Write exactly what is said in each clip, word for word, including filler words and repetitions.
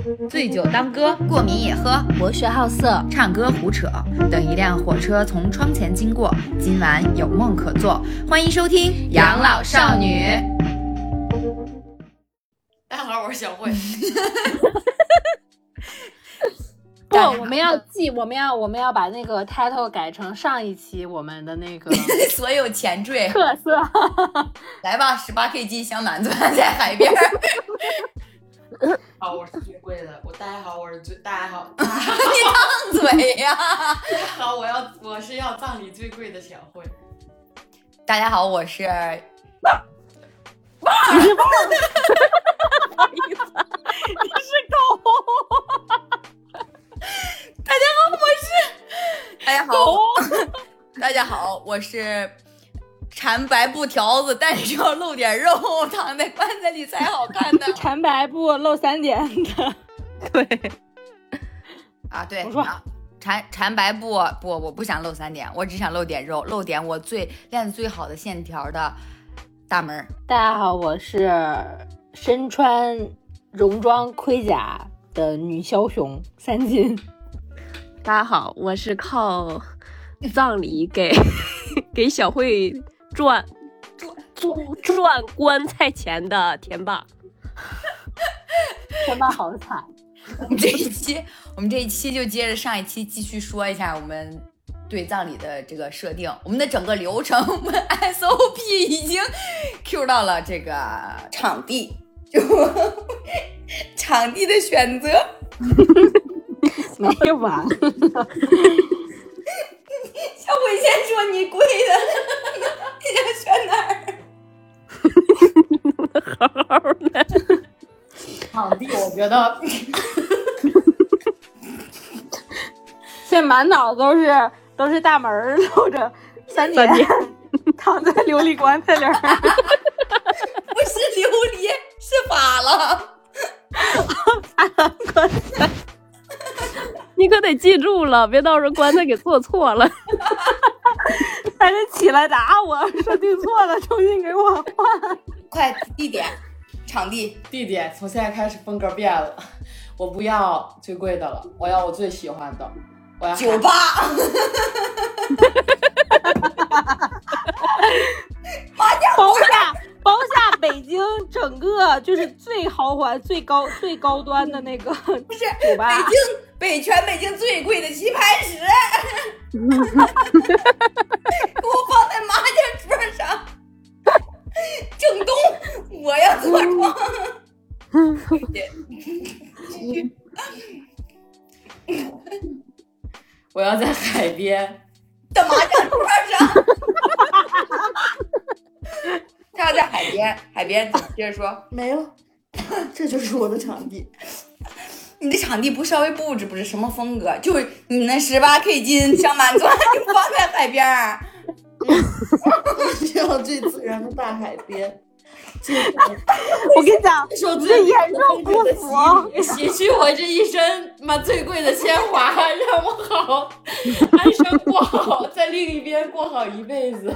醉酒当歌， 过敏也喝， 博学好色， 唱歌胡扯。等一辆火车从窗前经过，今晚有梦可做。欢迎收听《养老少女》。 大家好，我是小慧。 不，我们要记，我们要我们要把那个 title 改成上一期我们的那个所有前缀特色。 来吧，十八 K 金香满钻在海边。 好，我是最贵的。我大家好，我是最大家好。 你烫嘴呀！ 大家好，我要我是要葬礼最贵的小慧。 大家好，我是。 你是不好意思，你是狗。 大家好，我是。大家好，大家好，我是缠白布条子，但是要露点肉，躺在棺材里才好看的。 缠白布露三点的，对。 啊，对， 我说啊，缠缠白布不，我不想露三点，我只想露点肉，露点我最练得最好的线条的大门。 大家好，我是身穿戎装盔甲的女枭雄三金。 大家好，我是靠葬礼给给小慧赚赚赚棺材钱的田爸。 田爸好惨。 我们这一期，我们这一期就接着上一期继续说一下我们对葬礼的这个设定，我们的整个流程，我们 S O P 已经 Q 到了这个场地，就场地的选择。 没完了。 小慧先说你贵的，你想选哪儿？ 好好的。 场地，我觉得现在满脑子都是都是大门露着三点躺在琉璃棺材里。 不是琉璃，是珐琅。 珐琅棺材。 你可得记住了，别到时候棺材给做错了。 还得起来打我，设定错了，重新给我换。 快，地点、场地、 地点从现在开始风格变了，我不要最贵的了，我要我最喜欢的，我要酒吧。麻将包下包下北京整个就是最豪华、最高、最高端的那个不是酒吧， 北京北全北京最贵的棋牌室，给我放在麻将桌上，正东，我要坐庄。 我要在海边的麻将桌上。他要在海边，海边接着说没了，这就是我的场地。 你的场地不稍微布置布置什么风格？就是你那十八 K 金镶满钻，你放在海边儿。 只有最自然的大海边。 我跟你讲， 受最严重不服， 洗去我这一身妈最贵的铅华，让我好安生过好，在另一边过好一辈子。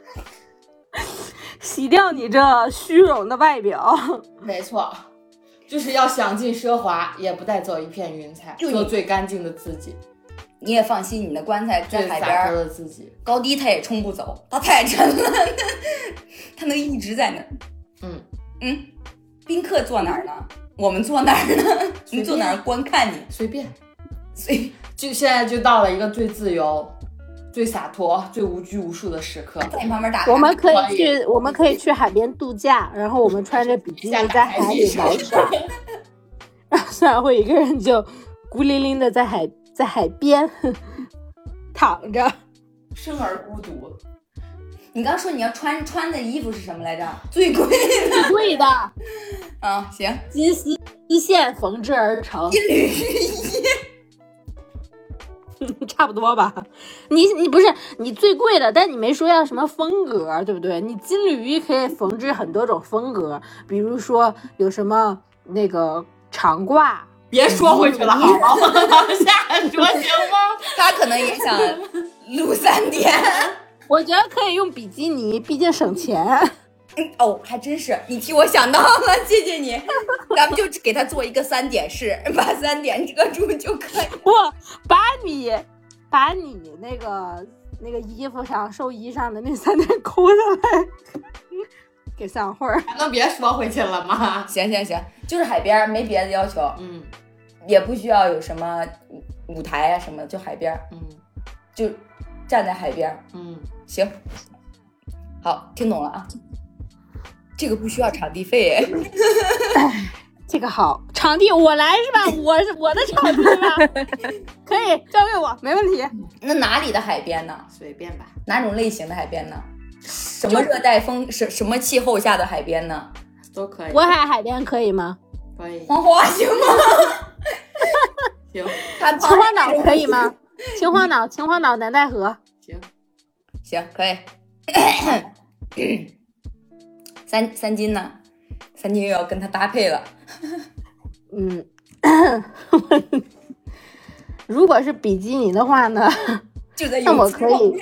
洗掉你这虚荣的外表。 没错，就是要享尽奢华，也不带走一片云彩，做最干净的自己。 你也放心，你的棺材在海边的自己， 高低它也冲不走，它太沉了，它能一直在那。 嗯嗯，宾客坐哪儿呢？我们坐哪儿呢？你坐哪儿观看你？ 随便， 随就现在就到了一个最自由、最洒脱、最无拘无束的时刻。 再慢慢打开。 我们可以去，我们可以去海边度假，然后我们穿着比基尼在海里玩耍，然后虽然会一个人就孤零零的在海在海边躺着， 生而孤独。 你刚说你要穿穿的衣服是什么来着？最贵的， 最贵的啊，行， 金丝丝线缝制而成， 金缕衣， 差不多吧？你你不是你最贵的，但你没说要什么风格，对不对？你金缕衣可以缝制很多种风格，比如说有什么那个长褂。 别说回去了，好吗？下说行吗？ 他可能也想录三点。 我觉得可以用比基尼，毕竟省钱。 嗯哦，还真是，你替我想到了，谢谢你。咱们就给他做一个三点式，把三点遮住就可以。 我把你把你那个那个衣服上寿衣上的那三点抠下来，给散会儿。 能别说回去了吗？ 行行行，就是海边，没别的要求。 嗯， 也不需要有什么舞台啊什么，就海边。 嗯， 就站在海边。 嗯， 行，好，听懂了啊。这个不需要场地费哎。 这个好，场地我来是吧？我是我的场地吧？可以交给我，没问题。 那哪里的海边呢？ 随便吧。 哪种类型的海边呢？什么热带风什什么气候下的海边呢？ 都可以。 渤海海边可以吗？ 可以。 黄花行吗？ 行。 秦皇岛可以吗？秦皇岛，秦皇岛南戴河。 行， 行，可以。三三金呢？三金又要跟他搭配了。 嗯，如果是比基尼的话呢， 就在那我可以。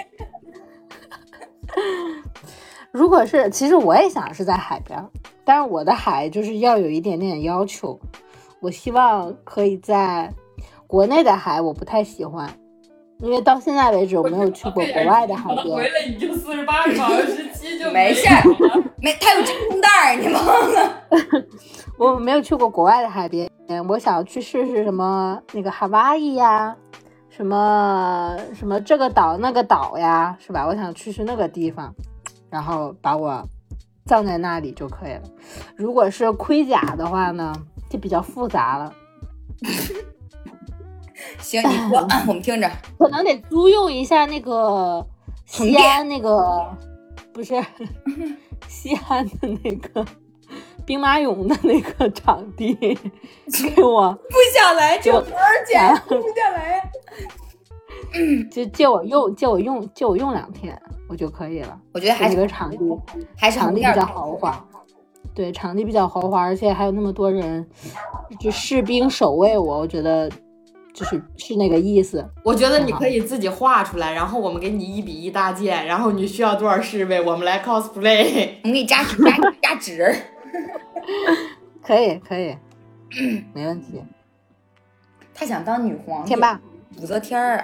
如果是，其实我也想是在海边，但是我的海就是要有一点点要求，我希望可以在国内的海，我不太喜欢，因为到现在为止我没有去过国外的海边。 回来已经四十八个二十七就没事儿，没他有真空袋儿，你忘了？ 我没有去过国外的海边，我想去试试什么那个夏威夷呀，什么什么这个岛那个岛呀，是吧？我想去去那个地方，然后把我葬在那里就可以了。如果是盔甲的话呢，就比较复杂了。 行，你说，我们听着。 可能得租用一下那个西安那个，不是西安的那个兵马俑的那个场地，给我不想来，这多少钱？不想来。 就借我用，借我用，借我用两天，我就可以了。 我觉得还是这个场地， 还是场地比较豪华。对，场地比较豪华，而且还有那么多人，就士兵守卫我，我觉得就是是那个意思。 我觉得你可以自己画出来，然后我们给你一比一搭建，然后你需要多少侍卫，我们来 cosplay。 我们给你扎扎扎纸。 可以，可以，没问题。 他想当女皇帝。 天霸， 武则天儿。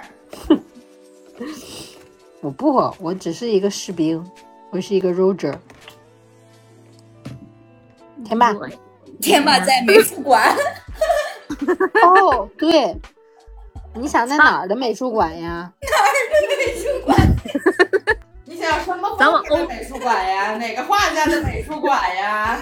我不，我只是一个士兵，我是一个 Roger。天霸， 天霸在美术馆。 哦，对，你想在哪儿的美术馆呀？ 哪儿的美术馆？ 你想什么风格的美术馆呀？哪个画家的美术馆呀？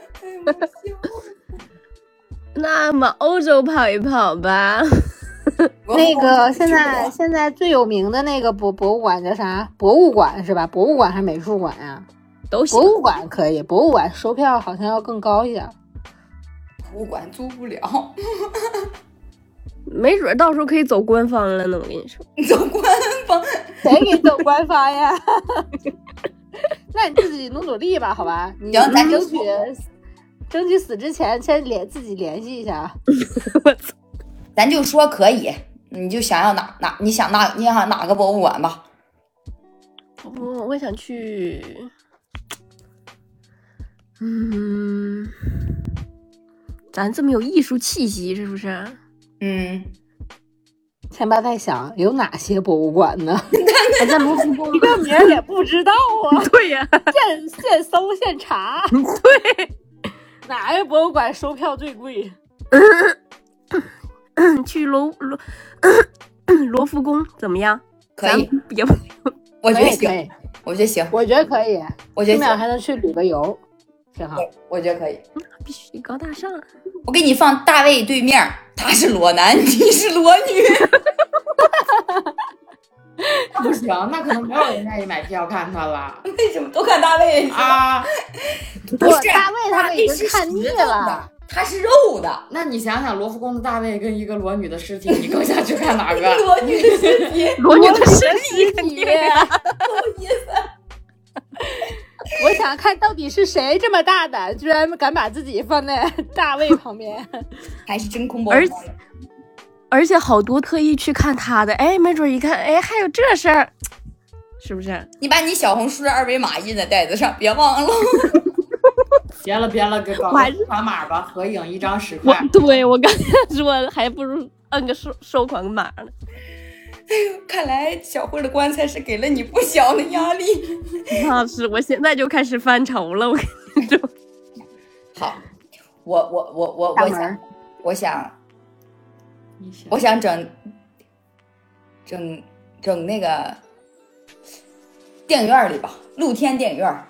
那么欧洲跑一跑吧。 那个现在现在最有名的那个博博物馆叫啥？博物馆是吧？博物馆还是美术馆呀？ 都行。 博物馆可以，博物馆收票好像要更高一点。 博物馆租不了。 没准到时候可以走官方了呢，我跟你说。 走官方？ 谁给你走官方呀？那你自己努努力吧，好吧？你行，咱争取争取死之前先联自己联系一下。 我操！ 咱就说可以，你就想要哪哪，你想哪你想哪个博物馆吧。 我我想去，嗯，咱这么有艺术气息，是不是？ 嗯。 前八在想有哪些博物馆呢？ 还在卢浮宫， 这个名也不知道啊。 对呀， 现现搜现查。 对， 哪个博物馆收票最贵？ 去罗罗罗浮宫怎么样？ 可以， 也不， 我觉得行， 我觉得行， 我觉得可以， 我觉得行，还能去旅个游，挺好。 我觉得可以， 必须高大上。 我给你放大卫对面，他是裸男，你是裸女。 不行，那可能没有人愿意买票看他了。 为什么都看大卫啊？ 不是大卫，他们已经看腻了。 他是肉的， 那你想想，罗浮宫的大卫跟一个裸女的尸体，你更想去看哪个？ 裸女的尸体， 裸女的尸体肯定。 不好意思， 我想看到底是谁这么大胆，居然敢把自己放在大卫旁边， 还是真空包。 而而且好多特意去看他的，哎，没准一看，哎，还有这事儿， 是不是？ 你把你小红书的二维码印在袋子上，别忘了。 别了别了，给搞个款码吧，合影一张十块。 对，我刚才说还不如摁个收收款码呢。 哎呦，看来小慧的棺材是给了你不小的压力。 那是，我现在就开始翻愁了。我跟你说， 好，我我我我我想，我想，我想整整整那个电影院里吧，露天电影院。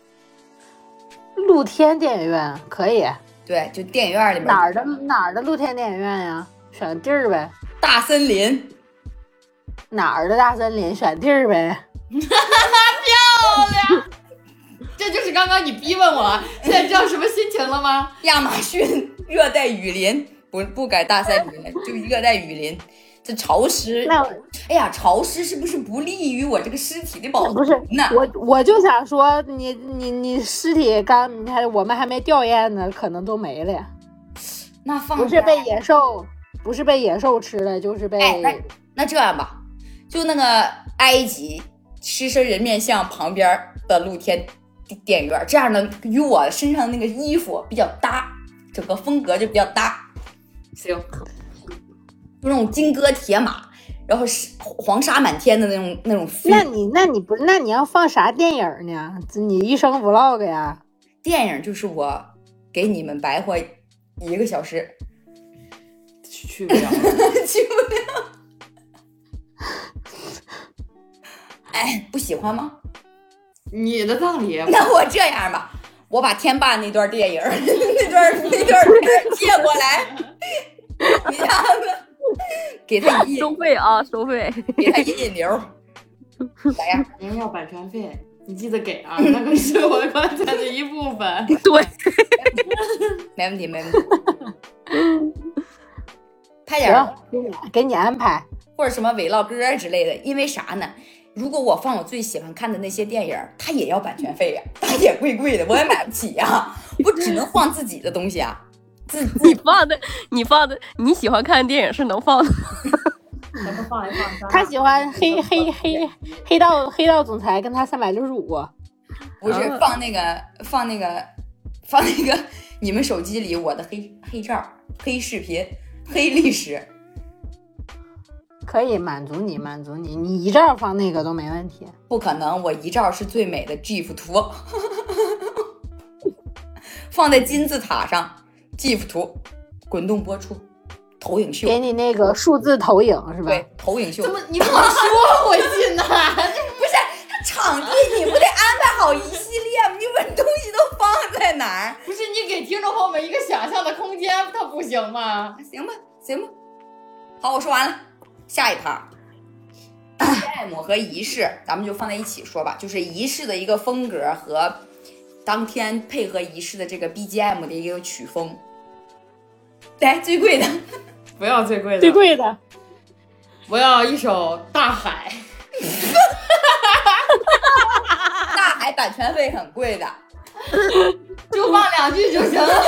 露天电影院可以。 对，就电影院里面。 哪儿的哪儿的露天电影院呀？选地儿呗。 大森林。 哪儿的大森林？选地儿呗。 漂亮！这就是刚刚你逼问我，现在知道什么心情了吗？ 亚马逊热带雨林，不不改大森林了，就热带雨林。这潮湿， 那哎呀，潮湿是不是不利于我这个尸体的保存？ 不是，我我就想说，你你你尸体刚，你还我们还没吊唁呢，可能都没了呀。 那放不是被野兽，不是被野兽吃的，就是被。 哎，那那这样吧，就那个埃及狮身人面像旁边的露天电影院，这样呢与我身上那个衣服比较搭，整个风格就比较搭。 行。 就那种金戈铁马，然后是黄沙满天的那种那种。 那你那你不那你要放啥电影呢？你一生 vlog 呀？ 电影就是我给你们白活一个小时， 去去不了， 去不了。哎，不喜欢吗？ 你的葬礼。 那我这样吧，我把天霸那段电影那段那段借过来，你看看。给他一收费啊，收费， 给他一引流，咋样？ 人要版权费，你记得给啊，那个是我棺材的一部分。 对， 没问题，没问题。拍点给你给你安排， 或者什么 vlog 之类的。因为啥呢？如果我放我最喜欢看的那些电影，它也要版权费呀，它也贵贵的，我也买不起呀，我只能放自己的东西啊。 你放的，你放的，你喜欢看的电影是能放的。 咱们放一放。 他喜欢黑黑黑黑道黑道总裁跟他三百六十五， 不是放那个放那个放那个你们手机里我的黑黑照、黑视频、黑历史， 可以满足你，满足你，你一照放那个都没问题。 不可能，我一照是最美的 GIF 图，放在金字塔上。GIF 图滚动播出，投影秀， 给你那个数字投影是吧？ 对，投影秀。 怎么你怎么说回去呢？ 不是，他场地你不得安排好一系列吗？你把东西都放在哪儿？ 不是你给听众朋友们一个想象的空间，它不行吗？ 行吧，行吧。好，我说完了，下一趴。B G M 和仪式，咱们就放在一起说吧，就是仪式的一个风格和当天配合仪式的这个 B G M 的一个曲风。来，最贵的， 不要最贵的， 最贵的， 我要一首《大海》。 大海版权费很贵的， 就放两句就行了。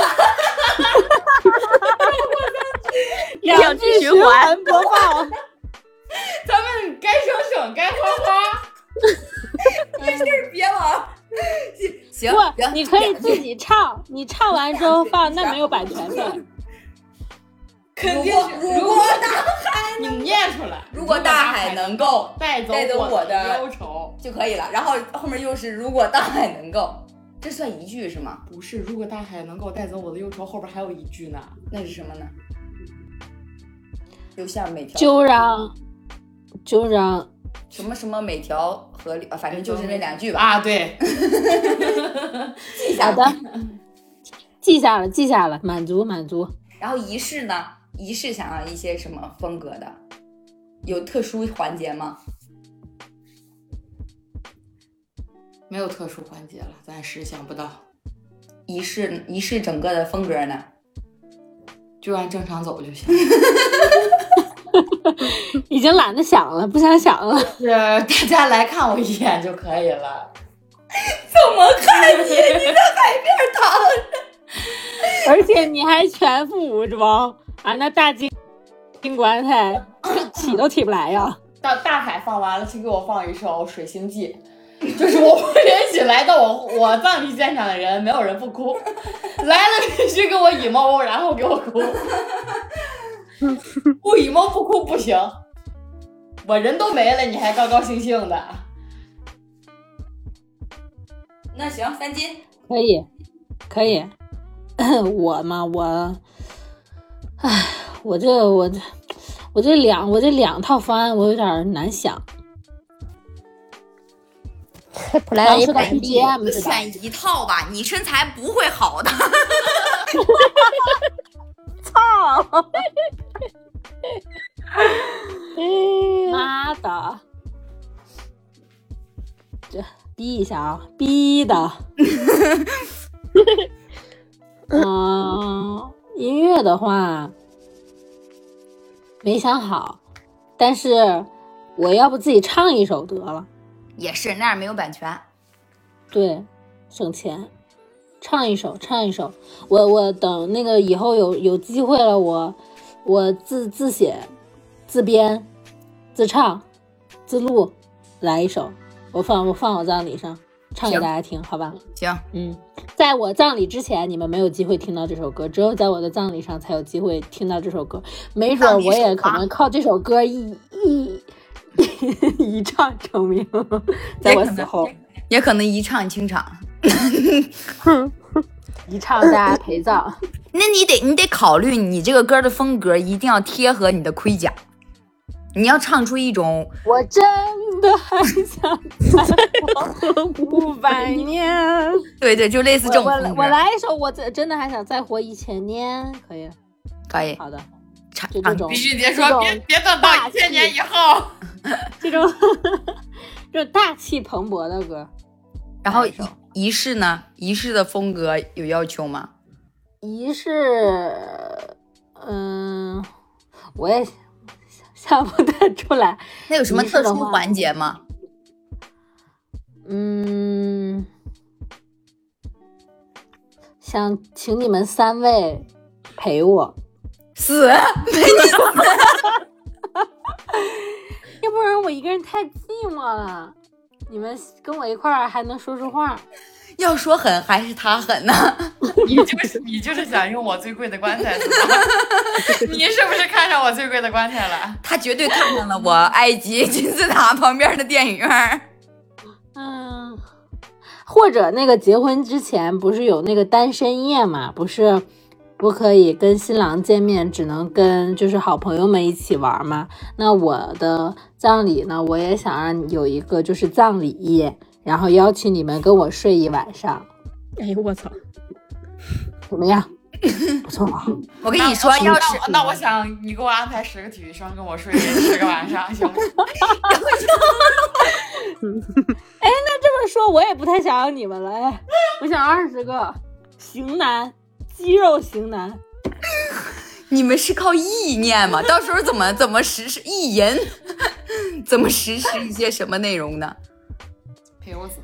两句循环播放。 咱们该省省，该花花。 没事，别往。行， 不， 行， 你可以自己唱，你唱完之后放，那没有版权费。 肯定是，如果大海， 你念出来， 如果大海能够带走带走我的忧愁就可以了。然后后面又是如果大海能够，这算一句是吗？ 不是，如果大海能够带走我的忧愁，后边还有一句呢。 那是什么呢？就像每条就让就让什么什么每条河里，反正就是那两句吧。 啊，对， 记下好的，记下了，记下了，满足满足。 然后仪式呢？仪式想要一些什么风格的？有特殊环节吗？ 没有特殊环节了，暂时想不到。 仪式仪式整个的风格呢？ 就按正常走就行。 已经懒得想了，不想想了。 是大家来看我一眼就可以了。 怎么看你？你在海边躺着， 而且你还全副武装啊！那大金金棺材起都起不来呀！ 大大海放完了，请给我放一首《水星记》。就是我不允许来到我我葬礼现场的人，没有人不哭，来了必须给我 emo， 然后给我哭，不 emo 不哭不行。我人都没了，你还高高兴兴的？ 那行，三金可以，可以。我嘛，我，唉，我这我这我这两我这两套方案，我有点难想。 普莱说到 B G M 是吧？ 选一套吧，你身材不会好的。 操！妈的！这逼一下啊，逼的。嗯，音乐的话没想好，但是我要不自己唱一首得了。 也是那样没有版权， 对，省钱，唱一首，唱一首。我我等那个以后有有机会了，我我自自写、自编、自唱、自录来一首，我放我放我葬礼上唱给大家听，好吧？ 行， 嗯，在我葬礼之前，你们没有机会听到这首歌，只有在我的葬礼上才有机会听到这首歌。没准我也可能靠这首歌一一。一唱成名，在我死后也可能一唱清场， 一唱大家陪葬。 那你得你得考虑你这个歌的风格一定要贴合你的盔甲，你要唱出一种我真的还想再活五百年。 对对，就类似这种风格。 我我来一首，我真的还想再活一千年，可以？ 可以。 好的。 就这种必须得说，别别等到一千年以后， 这种这种大气蓬勃的歌。 然后仪式呢？仪式的风格有要求吗？ 仪式，嗯，我也想不太出来。 那有什么特殊环节吗？ 嗯，想请你们三位陪我。 死，陪你死， 要不然我一个人太寂寞了。你们跟我一块儿还能说说话。 要说狠还是他狠呢？ 你就是你就是想用我最贵的棺材是吧？你是不是看上我最贵的棺材了？ 他绝对看上了我埃及金字塔旁边的电影院。 嗯，或者那个结婚之前不是有那个单身夜嘛？不是。不可以跟新郎见面，只能跟就是好朋友们一起玩嘛。那我的葬礼呢，我也想让有一个就是葬礼夜，然后邀请你们跟我睡一晚上。 哎呦我操， 怎么样？不错吧？ 我跟你说，要是那我想你给我安排十个体育生跟我睡十个晚上，行吗？ 哎，那这么说，我也不太想要你们了。哎，我想二十个型男。肌肉型男， 你们是靠意念吗？到时候怎么怎么实施意淫？怎么实施一些什么内容呢？ 陪我死。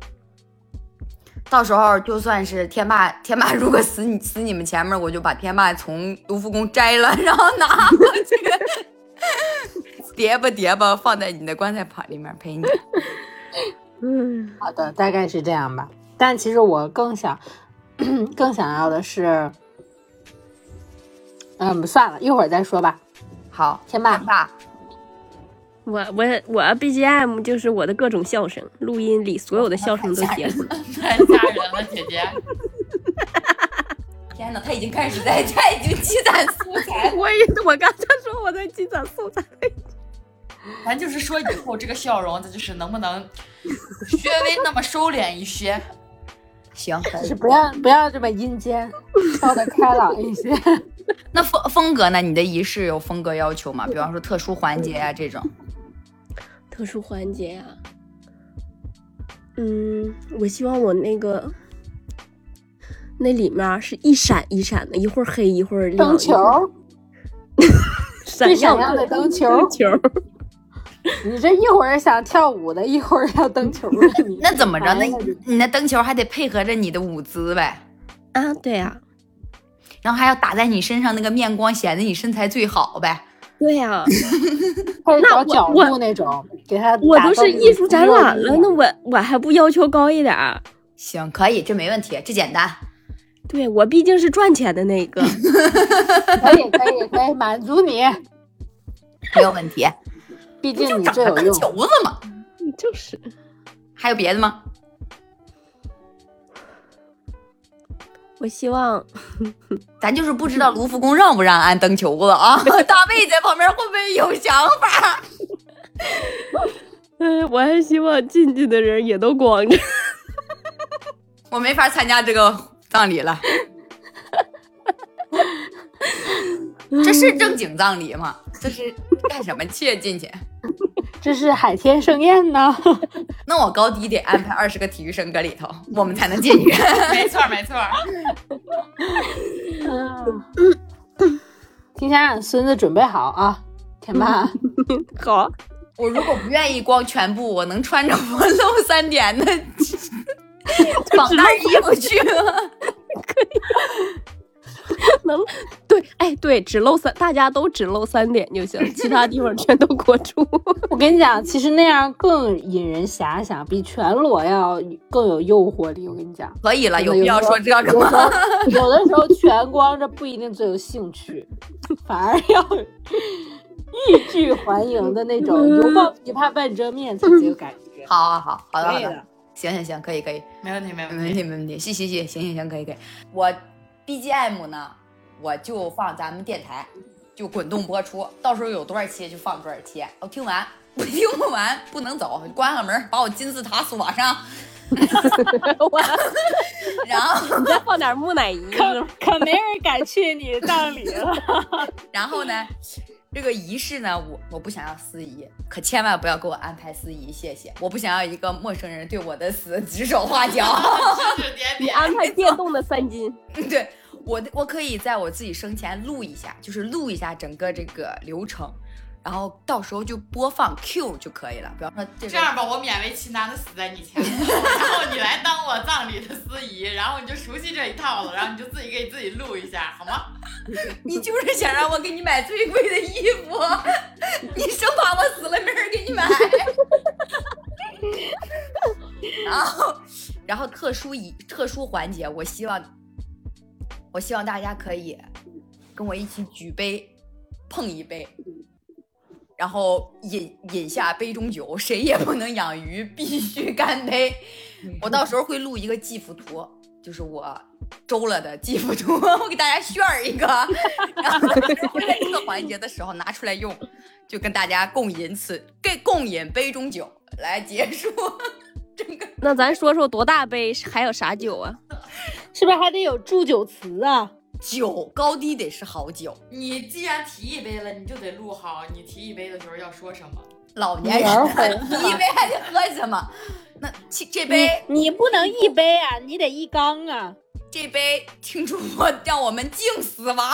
到时候就算是天霸，天霸如果死你死你们前面，我就把天霸从卢浮宫摘了，然后拿过去，叠吧叠吧，放在你的棺材旁里面陪你。 嗯，好的，大概是这样吧。但其实我更想。更想要的是，嗯，算了，一会儿再说吧。 好， 天霸， 天霸， 我我我 B G M 就是我的各种笑声，录音里所有的笑声都结合。 太吓人了，姐姐！ 天哪，他已经开始在，他已经积攒素材。 我也，我刚才说我在积攒素材。 咱就是说以后这个笑容，这就是能不能稍微那么收敛一些。 行， 就是不要不要这么阴间，笑得开朗一些。 那风风格呢？你的仪式有风格要求吗？比方说特殊环节啊这种。 特殊环节啊，嗯，我希望我那个那里面是一闪一闪的，一会儿黑一会儿亮。 灯球， 闪闪亮的灯球。 灯球。 你这一会儿想跳舞的，一会儿要灯球的，你那怎么着？那你那灯球还得配合着你的舞姿呗？ 啊，对啊， 然后还要打在你身上，那个面光显得你身材最好呗。 对呀、啊， 或者找角度那种，给他我都是艺术展览了，那我我还不要求高一点？ 行，可以，这没问题，这简单。 对，我毕竟是赚钱的那个。 可以可以可以满足你， 没有问题。 毕竟你最有用。 球子嘛， 就是。 还有别的吗？ 我希望， 咱就是不知道卢浮宫让不让安蹬球子啊？大卫在旁边会不会有想法？ 嗯，我还希望进去的人也都光着。 我没法参加这个葬礼了。这是正经葬礼吗？这是干什么去进去？ 这是海天盛宴呢。 那我高低得安排二十个体育生搁里头，我们才能进去。 没错没错。 嗯，提前让孙子准备好啊，天霸。 好。 我如果不愿意光全部，我能穿着我露三点的绑带衣服去吗？ 可以。能对，哎，对，只露三，大家都只露三点就行，其他地方全都裹住。 我跟你讲，其实那样更引人遐想，比全裸要更有诱惑力。我跟你讲， 可以了，有必要说这个吗？ 有的时候全光着不一定最有兴趣，反而要欲拒还迎的那种，犹抱琵琶半遮面才最有感觉。 好好好，好的好的， 行行行，可以可以， 没问题没问题没问题没问题，行行行行行行，可以可以。我 B G M 呢，我就放咱们电台，就滚动播出，到时候有多少期就放多少期。我听完，我听不完不能走，关上门把我金字塔锁上。然后你再放点木乃伊， 可可没人敢去你葬礼了。 然后呢，这个仪式呢，我我不想要司仪，可千万不要给我安排司仪，谢谢。我不想要一个陌生人对我的死指手画脚。 你安排电动的三金。 对，我我可以在我自己生前录一下，就是录一下整个这个流程。然后到时候就播放 Q 就可以了，比方说这这样吧，我勉为其难的死在你前面，然后你来当我葬礼的司仪，然后你就熟悉这一套了，然后你就自己给自己录一下，好吗？ 你就是想让我给你买最贵的衣服，你生怕我死了没人给你买。然后，然后特殊一特殊环节，我希望，我希望大家可以跟我一起举杯，碰一杯。然后饮饮下杯中酒，谁也不能养鱼，必须干杯。我到时候会录一个记符图，就是我周了的记符图，我给大家炫一个，然后在这个环节的时候拿出来用，就跟大家共饮此给共饮杯中酒来结束这个。 那咱说说多大杯，还有啥酒啊？ 是不是还得有祝酒词啊？ 酒高低得是好酒， 你既然提一杯了，你就得录好你提一杯的时候要说什么。 老年人提一杯还得喝什么？那这杯你, 你不能一杯啊，你得一缸啊。 这杯庆祝我让我们敬死亡。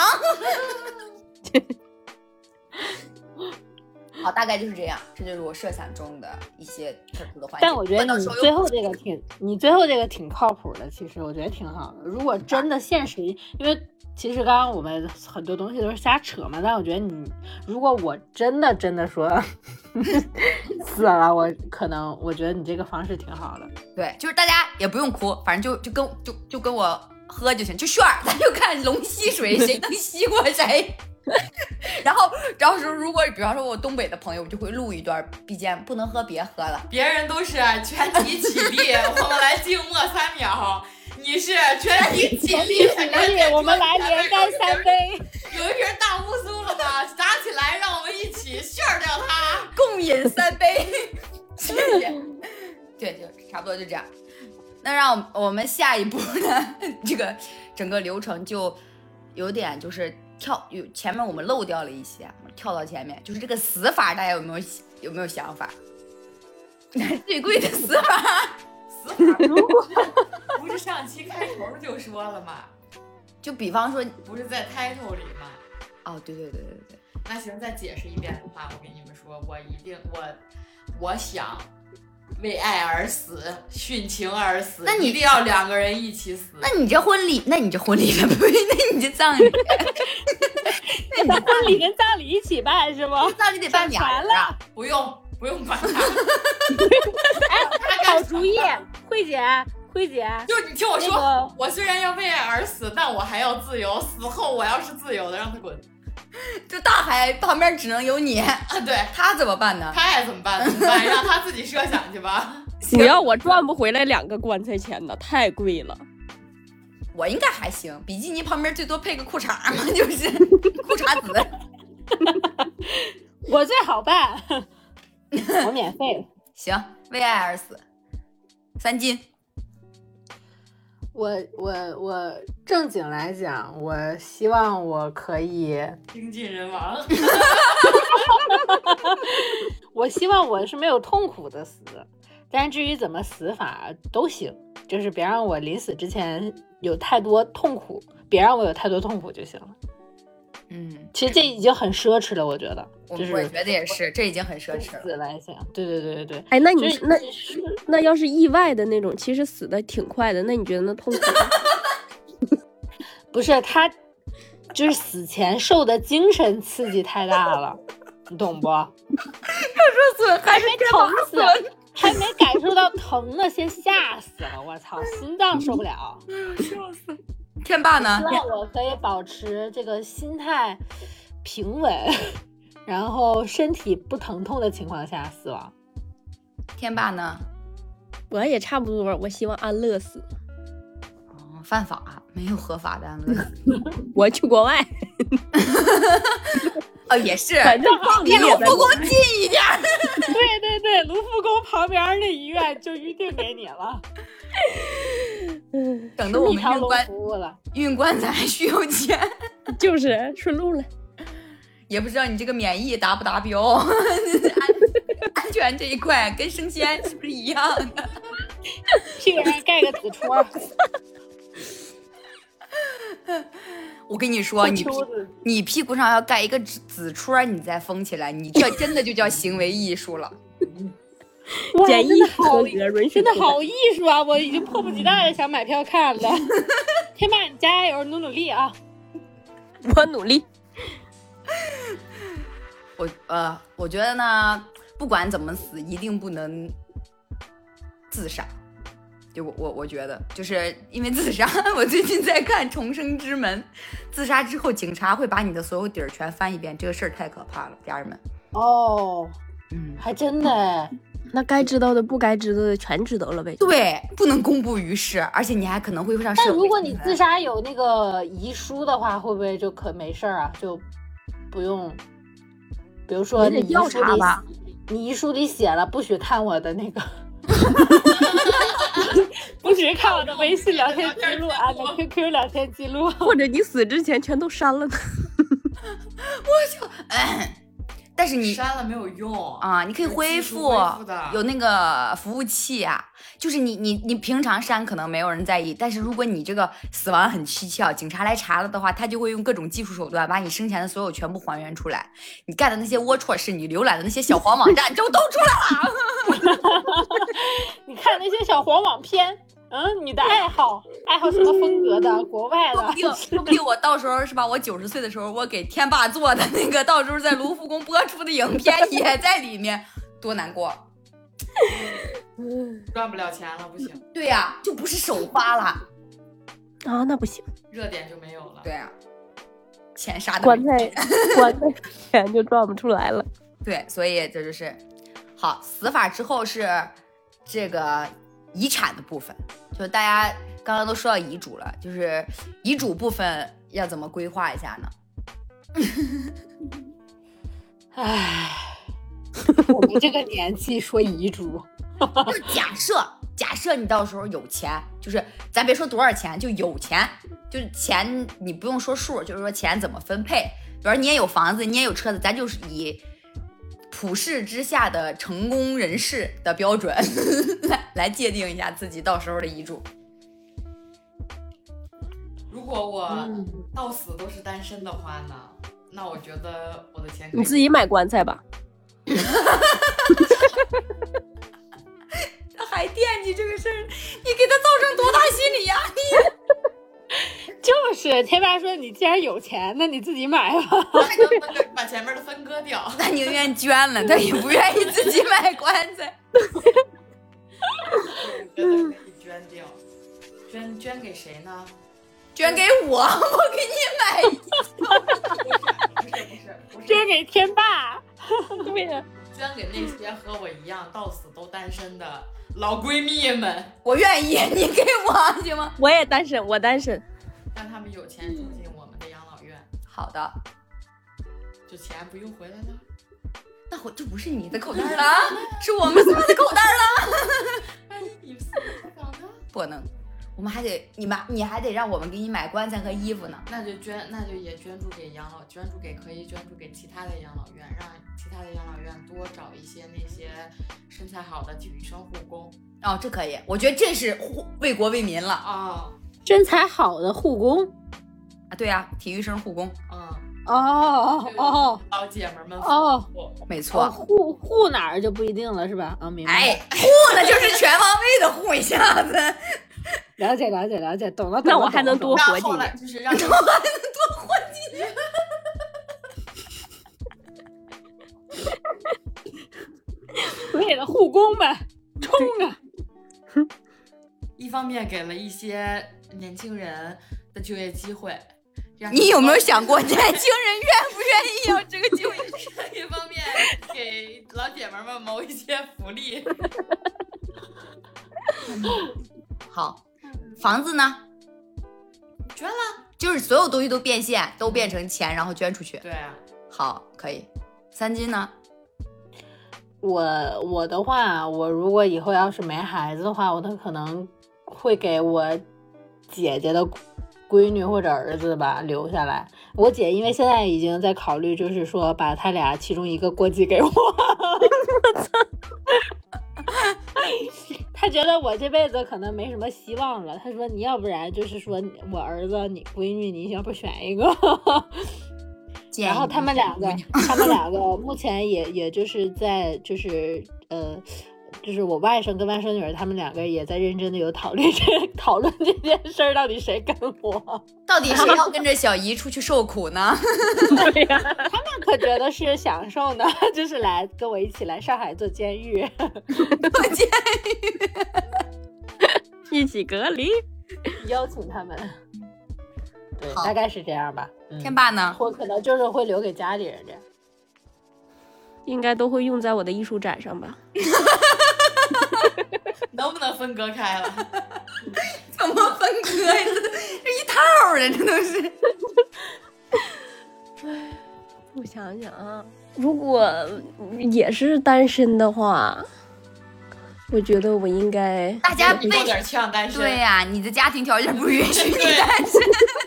好，大概就是这样，这就是我设想中的一些特殊的环节。 但我觉得你最后这个挺，你最后这个挺靠谱的，其实我觉得挺好的。如果真的现实，因为其实刚刚我们很多东西都是瞎扯嘛，但我觉得你，如果我真的真的说死了，我可能我觉得你这个方式挺好的。 对，就是大家也不用哭，反正就就跟就就跟我喝就行，就炫儿，咱就看龙吸水，谁能吸过谁。然后，然后说，如果比方说我东北的朋友，我就会录一段 B G M， 不能喝别喝了。 别人都是全体起立，我们来静默三秒。你是全体起立， 我们来连干三杯。 有一瓶大乌苏了吗？打起来，让我们一起炫掉它， 共饮三杯。谢谢。对，就差不多就这样。那让我们下一步呢，这个整个流程就有点就是。跳有前面我们漏掉了一些，跳到前面就是这个死法，大家有没有有没有想法？最贵的死法， 死法如果不是上期开头就说了吗？ 就比方说不是在 title 里吗？ 哦，对对对对对。 那行，再解释一遍的话，我跟你们说，我一定我我想为爱而死，殉情而死， 那你一定要两个人一起死。 那你这婚礼，那你这婚礼了不对，那你这葬礼，那婚礼跟葬礼一起办是吗？ 葬礼得办俩人啊， 不用不用管他。 哎，好主意，慧姐，慧姐， 就你听我说， 那个、 我虽然要为爱而死，但我还要自由。死后我要是自由的，让他滚。 就大海旁边只能有你啊，对， 他怎么办呢？ 他爱怎么办怎么办？让他自己设想去吧。 不要我赚不回来两个棺材钱的，太贵了。 我应该还行，比基尼旁边最多配个裤衩嘛，就是裤衩子。 我最好办，我免费。 行，为爱而死，三金。 我我我正经来讲，我希望我可以精尽人亡。 我希望我是没有痛苦的死，但至于怎么死法都行，就是别让我临死之前有太多痛苦，别让我有太多痛苦就行了。 嗯， 其实这已经很奢侈了，我觉得。就是我觉得也是，这已经很奢侈了。 死来讲，对对对对对。 哎，那你就是那那要是意外的那种，其实死的挺快的，那你觉得那痛苦吗？ 不是他，就是死前受的精神刺激太大了，你懂不？ 他说损还没疼死，还没感受到疼呢，先吓死了，我操，心脏受不了。 笑死！天霸呢？ 希望我可以保持这个心态平稳，然后身体不疼痛的情况下死亡。 天霸呢？ 我也差不多，我希望安乐死。 哦，犯法，没有合法的安乐死。 我去国外。 哦，也是， 反正离卢浮宫近一点。 对对对，卢浮宫旁边那医院就预定给你了。 等得我们运棺服务了， 运棺材还需要钱， 就是顺路了。 也不知道你这个免疫达不达标，安安全这一块跟升仙是不是一样的？ 屁股上盖个紫戳。 我跟你说，你你屁股上要盖一个紫紫戳，你再封起来，你这真的就叫行为艺术了。 简易合格，允许真的好艺术啊！我已经迫不及待的想买票看了。天霸，你加油，努努力啊！ 我努力。 我呃，我觉得呢，不管怎么死，一定不能自杀。就我我我觉得，就是因为自杀，我最近在看《重生之门》，自杀之后，警察会把你的所有底儿全翻一遍，这个事儿太可怕了，家人们。 哦， 嗯， 还真的哎。 那该知道的、不该知道的全知道了呗。 对，不能公布于世，而且你还可能会上社会。 但如果你自杀有那个遗书的话，会不会就可没事儿啊？就不用，比如说你遗书里，你遗书里写了不许看我的那个，不许看我的微信聊天记录啊，的 Q Q 聊天记录， 或者你死之前全都删了呢？ 我就，嗯。但是你删了没有用啊，你可以恢复，有那个服务器啊。就是你你你平常删可能没有人在意，但是如果你这个死亡很蹊跷，警察来查了的话，他就会用各种技术手段把你生前的所有全部还原出来。你干的那些龌龊事，你浏览的那些小黄网站就都出来了。 你看那些小黄网片。嗯，你的爱好爱好什么风格的？国外的？ 说不定，说不定我到时候是吧？我九十岁的时候，我给天霸做的那个，到时候在卢浮宫播出的影片也在里面，多难过！ 赚不了钱了，不行。 对呀、啊，就不是首发了啊，那不行， 热点就没有了。 对啊，钱杀的棺材棺材钱就赚不出来了。 对，所以这就是好死法之后是这个。遗产的部分，就大家刚刚都说到遗嘱了，就是遗嘱部分要怎么规划一下呢？ 唉，我们这个年纪说遗嘱， 就假设假设你到时候有钱，就是咱别说多少钱，就有钱，就是钱你不用说数，就是说钱怎么分配。比如你也有房子，你也有车子，咱就是以普世之下的成功人士的标准来来界定一下自己到时候的遗嘱。 如果我到死都是单身的话呢，那我觉得我的钱可以你自己买棺材吧。 他还惦记这个事儿，你给他造成多大心理压力？ 就是天霸说你既然有钱，那你自己买吧。 把前面的分割掉。 他宁愿捐了，他也不愿意自己买棺材。 真的可以捐掉，捐捐给谁呢？ 捐给我，我给你买一不是不是不是， 捐给天霸。 对呀， 捐给那些和我一样到死都单身的老闺蜜们。 我愿意，你给我行吗？ 我也单身，我单身。 让他们有钱住进我们的养老院。 好的， 这钱不用回来了。 那我这不是你的口袋了，是我们仨的口袋了。 哎，你们搞的？ 不能，我们还得你们，你还得让我们给你买棺材和衣服呢。 那就捐，那就也捐助给养老，捐助给可以捐助给其他的养老院，让其他的养老院多找一些那些身材好的体育生护工。 哦，这可以，我觉得这是护为国为民了啊、 哦！ 身材好的护工啊！对呀、啊，体育生护工。 嗯。 哦哦， 老姐们们哦， 没错， 哦、护护哪儿就不一定了，是吧？啊、哦，明白。 哎，护呢就是全方位的护一下子。 了解了解了解，懂了。 那我还能多活几年，就是让我还能多活几年。 为了护工们冲啊！ 一方面给了一些年轻人的就业机会。 你有没有想过，年轻人愿不愿意要这个就业？ 一方面给老姐们们谋一些福利。 好，房子呢？ 捐了， 就是所有东西都变现，都变成钱，然后捐出去。 对啊。 好，可以。三金呢？ 我我的话，我如果以后要是没孩子的话，我可能会给我姐姐的闺女或者儿子吧留下来。我姐因为现在已经在考虑，就是说把他俩其中一个过继给我。他觉得我这辈子可能没什么希望了。他说你要不然就是说我儿子你闺女你要不选一个。然后他们两个，他们两个目前也也就是在就是呃，就是我外甥跟外甥女儿，他们两个也在认真的有讨论这讨论这件事儿，到底谁跟我， 到底谁要跟着小姨出去受苦呢？ 对呀、啊，他们可觉得是享受呢，就是来跟我一起来上海做监狱， 做监狱，一起隔离， 邀请他们。对，大概是这样吧。 嗯、天霸呢？ 我可能就是会留给家里人这样， 应该都会用在我的艺术展上吧。 能不能分割开了？ 怎么分割呀？这一套的，这都是。 我想想啊，如果也是单身的话。我觉得我应该大家有点呛单身。 对呀、啊，你的家庭条件不允许你单身，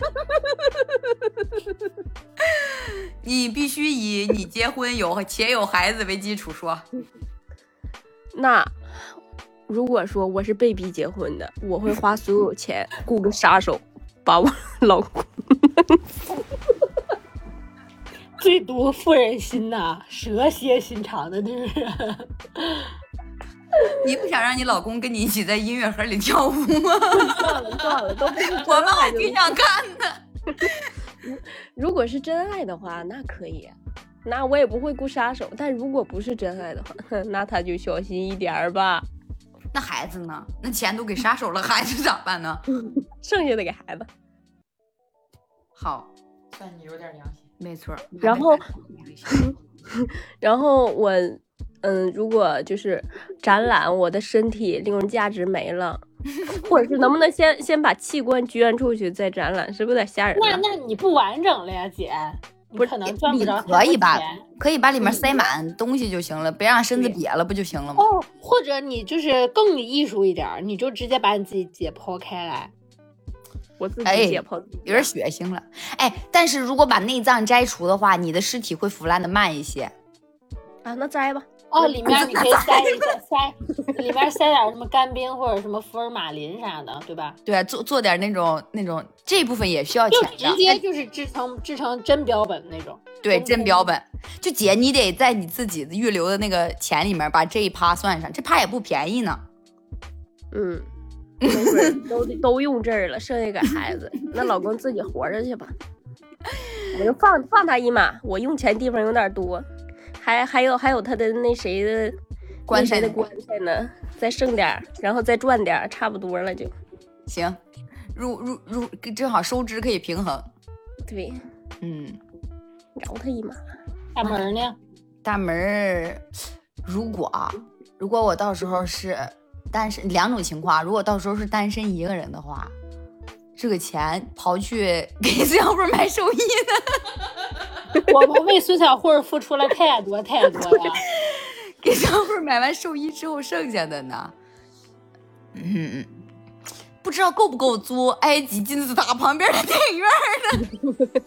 你必须以你结婚有且有孩子为基础说。 那如果说我是被逼结婚的，我会花所有钱雇个杀手把我老公。 最毒妇人心呐、啊，蛇蝎心肠的这是。 你不想让你老公跟你一起在音乐盒里跳舞吗？ 算了算了，都不是。 我们还挺想看的。 如果是真爱的话，那可以，那我也不会雇杀手。但如果不是真爱的话，那他就小心一点吧。 那孩子呢？那钱都给杀手了，孩子咋办呢？ 剩下的给孩子。 好， 算你有点良心。 没错。 然后，然后我。嗯，如果就是展览我的身体利用价值没了，或者是能不能先先把器官捐出去再展览，是不是有点吓人？ 那那你不完整了呀，姐，不可能赚不着。 可以吧？可以把里面塞满东西就行了，别让身子瘪了不就行了吗？ 哦，或者你就是更艺术一点，你就直接把你自己解剖开来。 我自己解剖、 哎、有点血腥了。哎，但是如果把内脏摘除的话，你的尸体会腐烂的慢一些。 啊，那摘吧。 哦，里面你可以塞一下，塞里面塞点什么干冰或者什么福尔马林啥的，对吧？ 对啊，做做点那种那种这一部分也需要钱的， 就直接就是制成制成真标本那种。 对，真标本。就姐，你得在你自己预留的那个钱里面把这一趴算上，这趴也不便宜呢。 嗯， 没准都都用这儿了，剩下给孩子，那老公自己活着去吧。我就放放他一马，我用钱地方有点多，还还有还有他的那谁的棺材的棺材呢，再剩点，然后再赚点，差不多了就行，入入入正好收支可以平衡。 对， 嗯， 饶他一马。 大门呢？ 大门儿，如果如果我到时候是单身，两种情况，如果到时候是单身一个人的话，这个钱刨去给孙小慧买寿衣的， 我们为孙小慧付出了太多太多了。 给孙小慧买完寿衣之后剩下的呢，嗯，不知道够不够租埃及金字塔旁边的电影院的。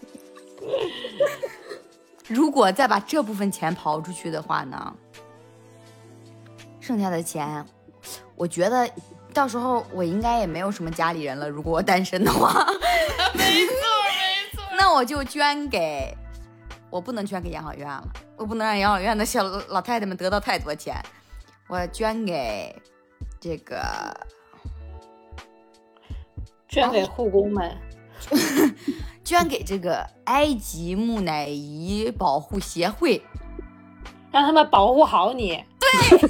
如果再把这部分钱刨出去的话呢，剩下的钱，我觉得到时候我应该也没有什么家里人了。如果我单身的话， 没错没错， 那我就捐给，我不能捐给养老院了，我不能让养老院的小老太太们得到太多钱，我捐给这个， 捐给护工们。 捐给这个埃及木乃伊保护协会， 让他们保护好你。 对。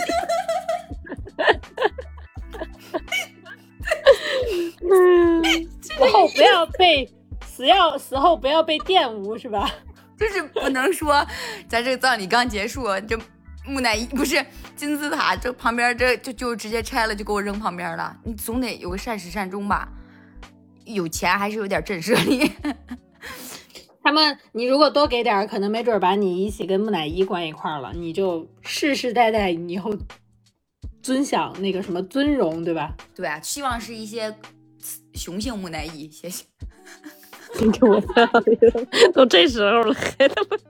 死后不要被死要死后不要被玷污，是吧？ 就是不能说咱这个葬礼刚结束，这木乃伊不是金字塔这旁边这就就直接拆了就给我扔旁边了，你总得有个善始善终吧。有钱还是有点震慑力。 他们，你如果多给点，可能没准把你一起跟木乃伊关一块了，你就世世代代以后尊享那个什么尊荣，对吧？ 对啊，希望是一些雄性木乃伊，谢谢。 你给我都这时候了，还他妈。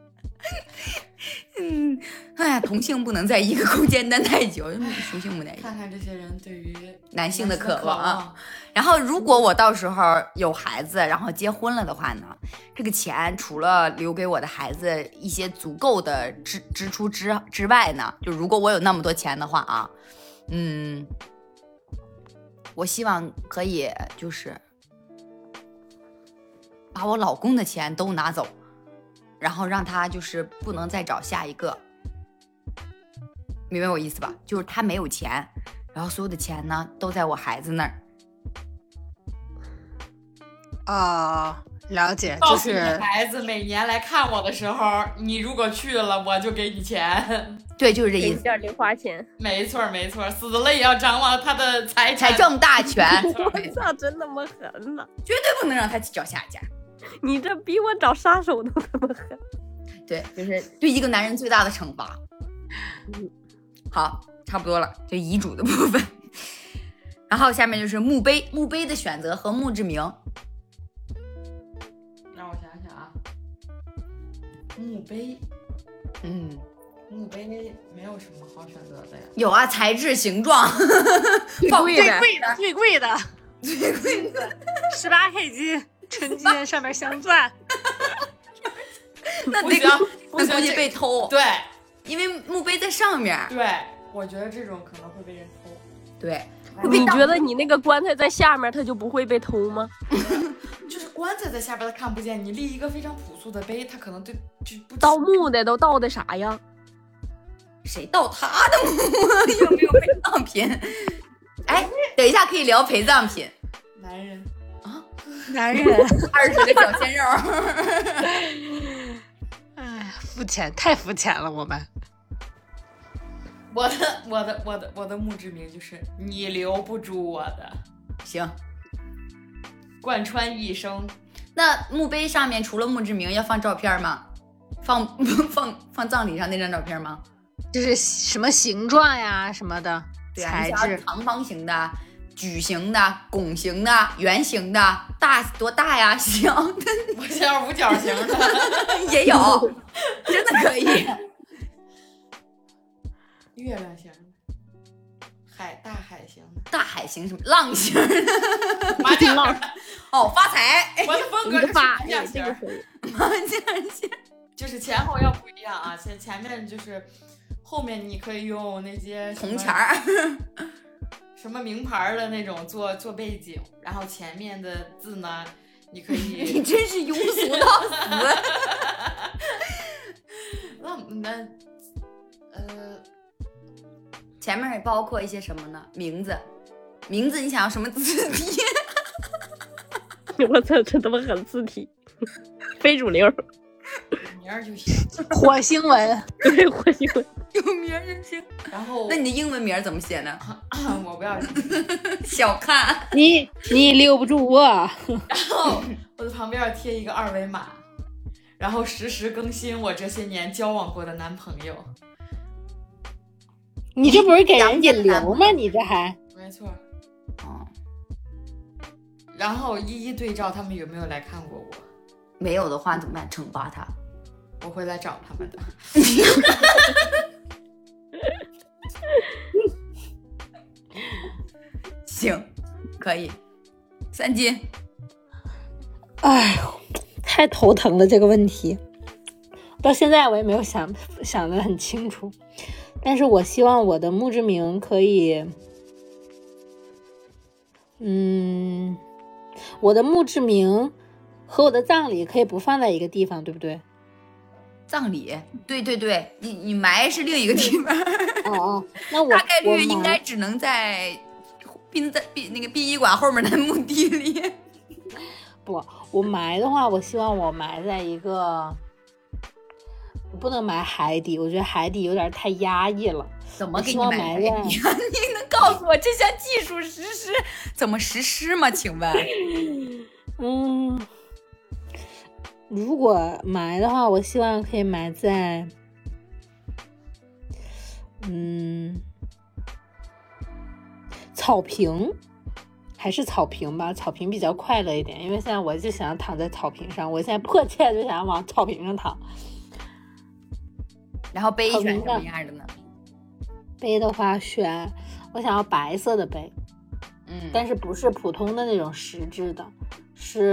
嗯，哎呀，同性不能在一个空间待太久，雄性木乃伊。 看看这些人对于男性的渴渴望啊。然后，如果我到时候有孩子，然后结婚了的话呢，这个钱除了留给我的孩子一些足够的支支出之之外呢，就如果我有那么多钱的话啊，嗯，我希望可以就是把我老公的钱都拿走。然后让他就是不能再找下一个，明白我意思吧？就是他没有钱，然后所有的钱呢都在我孩子那儿。 哦，了解， 告诉你就是孩子每年来看我的时候，你如果去了，我就给你钱。 对，就是这意思。 给点零花钱。 没错没错，死了也要掌握他的财财政大权。 我操，真他妈狠呐！ 绝对不能让他去找下家。 你这比我找杀手都他妈狠。 对，就是对一个男人最大的惩罚。好，差不多了，就遗嘱的部分。然后下面就是墓碑，墓碑的选择和墓志铭。 让我想想啊，墓碑， 嗯， 墓碑没有什么好选择的呀。 有啊，材质、形状， 最贵的、 最贵的、 最贵的、 最贵的， 十八 K 金。纯金上面镶钻， 那不行， 那估计被偷。 对， 因为墓碑在上面。 对，我觉得这种可能会被人偷。 对， 你觉得你那个棺材在下面，它就不会被偷吗？ 就是棺材在下边，他看不见。你立一个非常朴素的碑，他可能对就不盗墓的都盗的啥呀？ 谁盗他的墓？有没有陪葬品？哎，等一下可以聊陪葬品。 男人。 男人二十个小鲜肉， 哎，肤浅，太肤浅了，我们。 我的我的我的我的墓志铭就是你留不住我的， 行， 贯穿一生。 那墓碑上面除了墓志铭要放照片吗？放放放葬礼上那张照片吗？ 就是什么形状呀什么的， 对啊， 材质， 长方形的。矩形的、拱形的、圆形的，大多大呀？小的， 我想五角形的也有，真的可以。 月亮形的，海大海型的， 大海型什么浪形的， 麻将浪哦，发财。 我的风格是发麻将型， 麻将型， 就是前后要不一样啊，前前面就是后面你可以用那些铜钱儿。 什么名牌的那种做做背景，然后前面的字呢，你可以。 你真是庸俗到死。 那那呃， 前面也包括一些什么呢？名字，名字你想要什么字体？ 我操，这他妈很字体，非主流。 名儿就行。 火星文， 对，火星文有名就行。 然后， 那你的英文名怎么写呢？ 我不要。 小看你，你留不住我。 然后我的旁边要贴一个二维码，然后实时更新我这些年交往过的男朋友。 你这不是给人家留吗？你这还没错。 哦， 然后一一对照他们有没有来看过我。 没有的话怎么办？惩罚他。 我会来找他们的。 行，可以。三金， 哎呦，太头疼了这个问题，到现在我也没有想想得很清楚。但是我希望我的墓志铭可以，嗯，我的墓志铭和我的葬礼可以不放在一个地方，对不对？ 葬礼，对对对，你你埋是另一个地方。 哦哦，那我大概率我应该只能在殡在殡那个殡仪馆后面的墓地里。 不，我埋的话，我希望我埋在一个，我不能埋海底，我觉得海底有点太压抑了。 怎么给你埋埋在？ 你能告诉我这项技术实施怎么实施吗？请问？ 嗯，如果埋的话，我希望可以埋在，嗯，草坪。还是草坪吧，草坪比较快乐一点，因为现在我就想躺在草坪上，我现在迫切就想往草坪上躺。 然后杯选什么样的呢？ 杯的话选，我想要白色的杯， 嗯， 但是不是普通的那种石质的，是，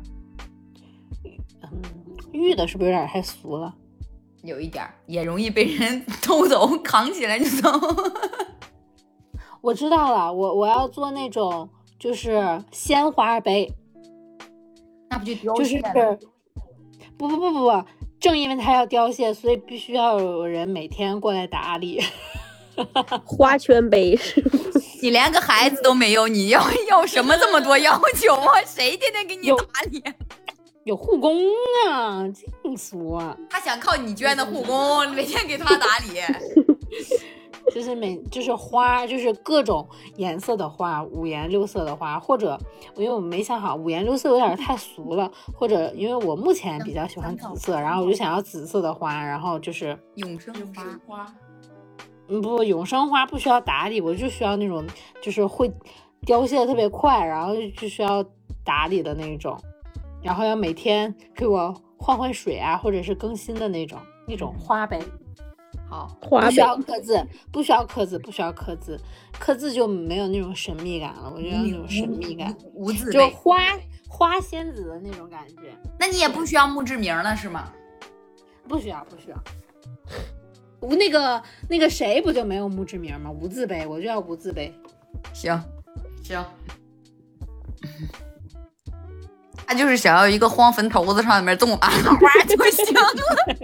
嗯，玉的，是不是有点太俗了？ 有一点，也容易被人偷走，扛起来就走。 我知道了，我我要做那种。就是鲜花杯， 那不就凋谢了？就是不不不不不，正因为它要凋谢，所以必须要有人每天过来打理。 花圈杯是？ 你连个孩子都没有，你要要什么这么多要求啊？谁天天给你打理？ 有护工啊，净俗啊！ 他想靠你捐的护工，每天给他打理。 就是每就是花，就是各种颜色的花，五颜六色的花，或者因为我没想好，五颜六色有点太俗了，或者因为我目前比较喜欢紫色，然后我就想要紫色的花，然后就是永生花。 花， 嗯不，永生花不需要打理，我就需要那种就是会凋谢的特别快，然后就需要打理的那种，然后要每天给我换换水啊，或者是更新的那种那种花呗。 好， 不需要刻字，不需要刻字，不需要刻字，刻字就没有那种神秘感了。我觉得那种神秘感， 无字就花花仙子的那种感觉。 那你也不需要墓志铭了是吗？ 不需要，不需要。无那个那个谁不就没有墓志铭吗？无字碑，我就要无字碑。 行行。 他就是想要一个荒坟头子上面种满花就行了。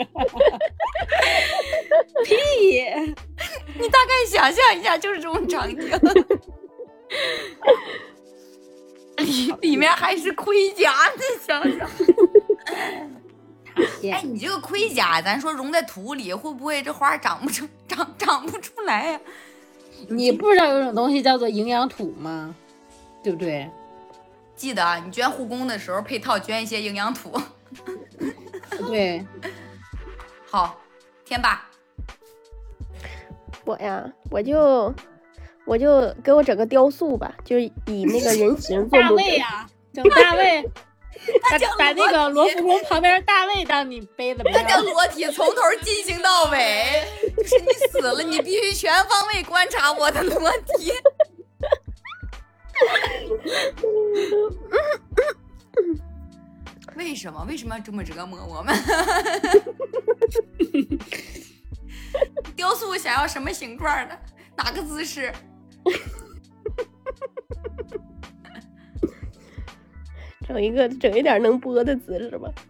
屁！ 你大概想象一下，就是这种场景。里里面还是盔甲，你想想。哎，你这个盔甲，咱说融在土里，会不会这花长不出长长不出来呀、啊？ 你不知道有种东西叫做营养土吗？对不对？ 记得啊，你捐护工的时候配套捐一些营养土。 对， 好，天霸， 我呀，我就我就给我整个雕塑吧，就是以那个人形做大卫呀、啊，整大卫，把把那个罗浮宫旁边大卫当你背的， 他叫裸体，从头进行到尾，就是你死了，你必须全方位观察我的裸体。为什么？为什么要这么折磨我们？雕塑想要什么形状的？哪个姿势？ 整一个整一点能播的姿势吧，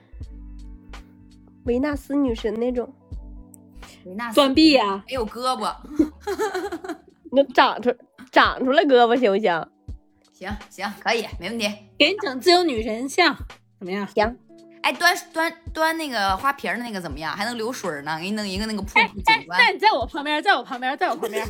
维纳斯女神那种。 维纳斯钻壁呀， 没有胳膊。 那长出长出来胳膊行不行？ 行行，可以，没问题。 给你整自由女神像，怎么样？ 行。 哎，端端端那个花瓶的那个怎么样？还能流水呢，给你弄一个那个瀑布景观。 那你在我旁边，在我旁边，在我旁边。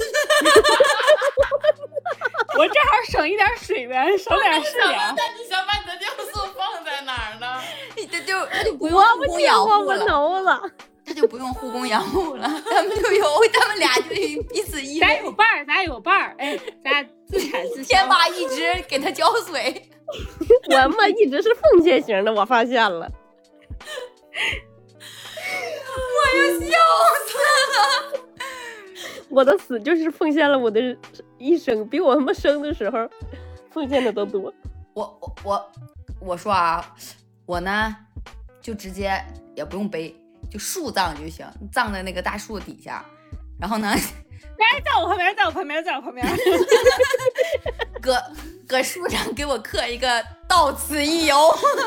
我正好省一点水源，省点事呀。 那你想把你的尿素放在哪儿呢？ 这就他就不用我护工不讲话，我养护了， 挠了。 他就不用护工养护了，他们就有，他们俩就彼此依咱偎。 有伴儿，咱有伴儿，哎，咱自产自销。 天霸一直给他浇水。 我们一直是奉献型的，我发现了。 我要笑死了！ 我的死就是奉献了我的一生，比我他妈生的时候奉献的都多。 我我我我说啊，我呢就直接也不用背，就树葬就行，葬在那个大树底下，然后呢， 来，在我旁边，在我旁边，在我旁边。 搁搁树上给我刻一个到此一游。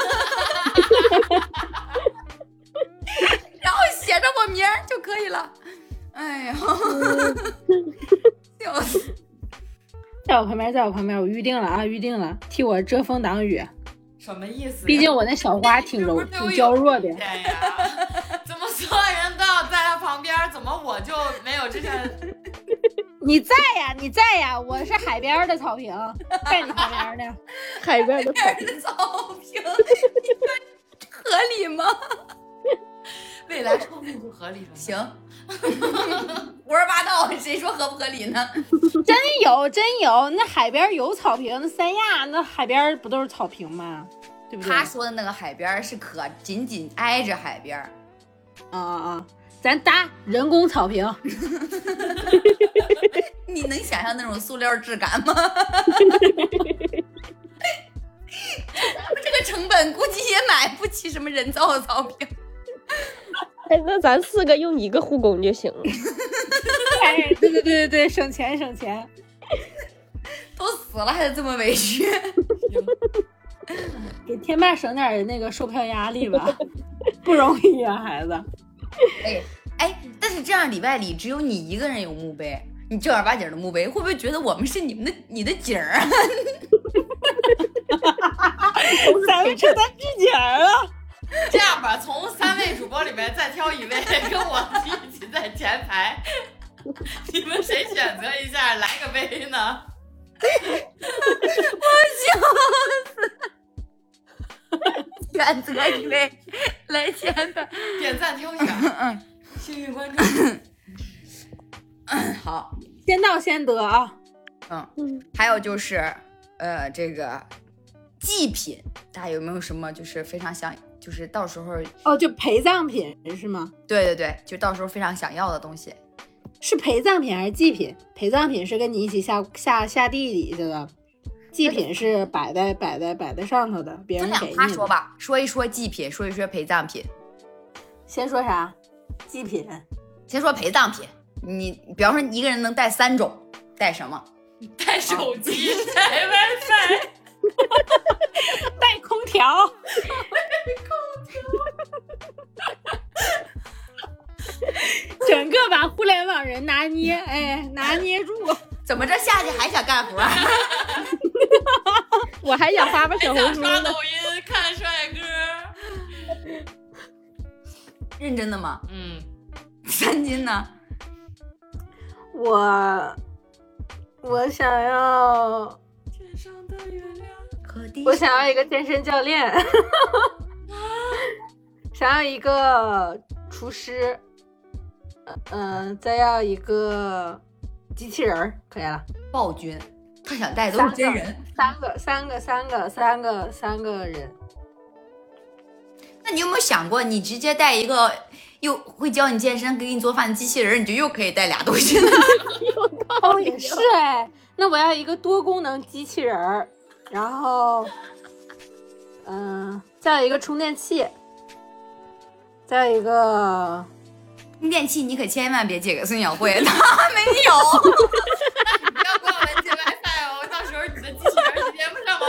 然后写着我名儿就可以了。哎呀，笑死！ 在我旁边，在我旁边，我预定了啊，预定了，替我遮风挡雨。 什么意思？ 毕竟我那小花挺柔、挺娇弱的。 天呀，怎么所有人都要在他旁边？怎么我就没有这些？ 你在呀，你在呀，我是海边的草坪，在你旁边呢。 海边的草边的草坪，合理吗？ 未来说不定就合理了。 行，胡说八道，谁说合不合理呢？ 真有，真有，那海边有草坪，那三亚那海边不都是草坪吗？对不对？ 他说的那个海边是可紧紧挨着海边。 啊啊啊！咱搭人工草坪。 你能想象那种塑料质感吗？这个成本估计也买不起什么人造的草坪。 哎，那咱四个用一个护工就行了。 哎，对对对对对，省钱省钱。 都死了还得这么委屈。 给天霸省点那个售票压力吧，不容易啊，孩子。 哎哎，但是这样里外里只有你一个人有墓碑，你正儿八经的墓碑，会不会觉得我们是你们的你的景儿啊？ 咱们成咱置景了。 这样吧，从三位主播里面再挑一位，跟我一起在前排，你们谁选择一下，来个杯呢？ 我笑死！选择一位来前排， 点赞挑选，幸运观众。 嗯，好， 先到先得啊。 嗯，还有就是，呃，这个祭品，大家有没有什么就是非常想，就是到时候哦，就陪葬品是吗？ 对对对，就到时候非常想要的东西。 是陪葬品还是祭品？陪葬品是跟你一起下下下地底下的，祭品是摆在摆在摆在上头的，别人给你。 他说吧，说一说祭品，说一说陪葬品。 先说啥？祭品。 先说陪葬品。你比方说一个人能带三种，带什么？ 带手机，带 WiFi， 带空调。整个把互联网人拿捏，哎，拿捏住。 怎么这下去还想干活？ 我还想发发小红书刷呢抖。音看帅哥。 认真的吗？ 嗯。 三金呢？ 我我想要， 天上的月亮和地我想要一个健身教练，想要一个厨师，嗯、呃，再要一个机器人儿，可以了。 暴君，他想带的都是真人。 三个，三个，三个，三个，三个人。 那你有没有想过，你直接带一个又会教你健身、给你做饭的机器人，你就又可以带俩东西了？ 哦，也是哎。那我要一个多功能机器人儿，然后，嗯、呃，再有一个充电器，再有一个充电器，你可千万别借给孙晓慧，他没有。 不要管我们借 WiFi 哦，到时候你的机器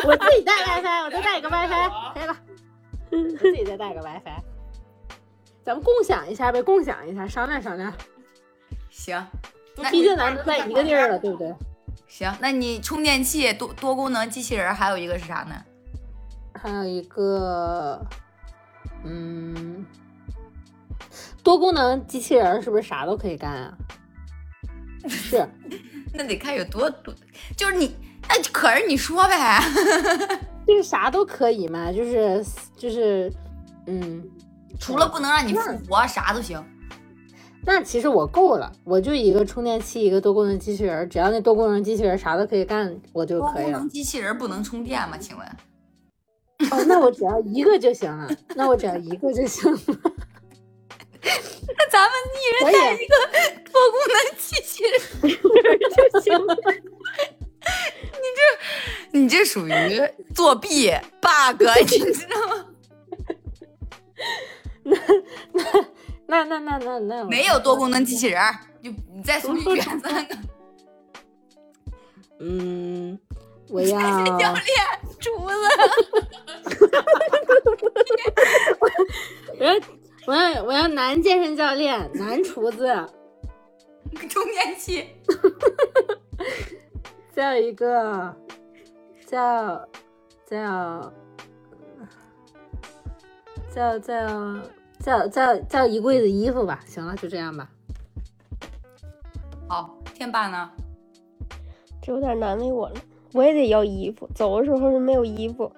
我自己带 WiFi， 我再带一个 WiFi， 可以了。我自己再带个 WiFi， 咱们共享一下呗，共享一下，商量商量。 行， 毕竟咱们在一个地儿了，对不对？ 行，那你充电器多多功能机器人还有一个是啥呢？ 还有一个，嗯，多功能机器人是不是啥都可以干啊？是， 那得看有多多，就是你，那可是你说呗， 就是啥都可以嘛，就是就是，嗯， 除了不能让你复活，啥都行。 那其实我够了，我就一个充电器，一个多功能机器人，只要那多功能机器人啥都可以干，我就可以了。 多功能机器人不能充电吗？请问？ 哦，那我只要一个就行了，那我只要一个就行了。 那咱们一人带一个多功能机器人就行了。你这，你这属于作弊 bug， 你知道吗？ 那那那那那那那没有多功能机器人，就你再重新选三个。 嗯，我要教练、厨子。 我要我要我要男健身教练，男厨子， 充电器。 再一个叫叫叫叫叫叫叫一柜子衣服吧。行了，就这样吧。 好，天霸呢？ 这有点难为我了，我也得要衣服，走的时候是没有衣服。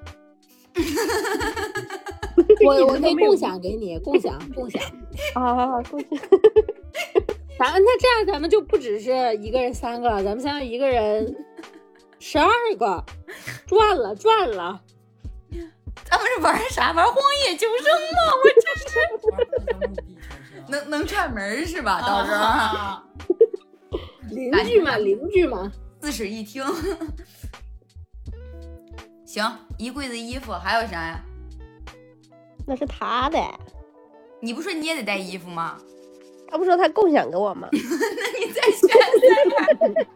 我我可以共享给你，共享共享啊，共享。 咱们那这样，咱们就不只是一个人三个了，咱们现在一个人十二个，赚了赚了。 咱们是玩啥？玩荒野求生吗？我真是能能串门是吧？到时候、啊、 邻居嘛，邻居嘛， 四室一厅。行，一柜子衣服，还有啥呀？ 那是他的。 你不说你也得带衣服吗？ 他不说他共享给我吗？ 那你再选三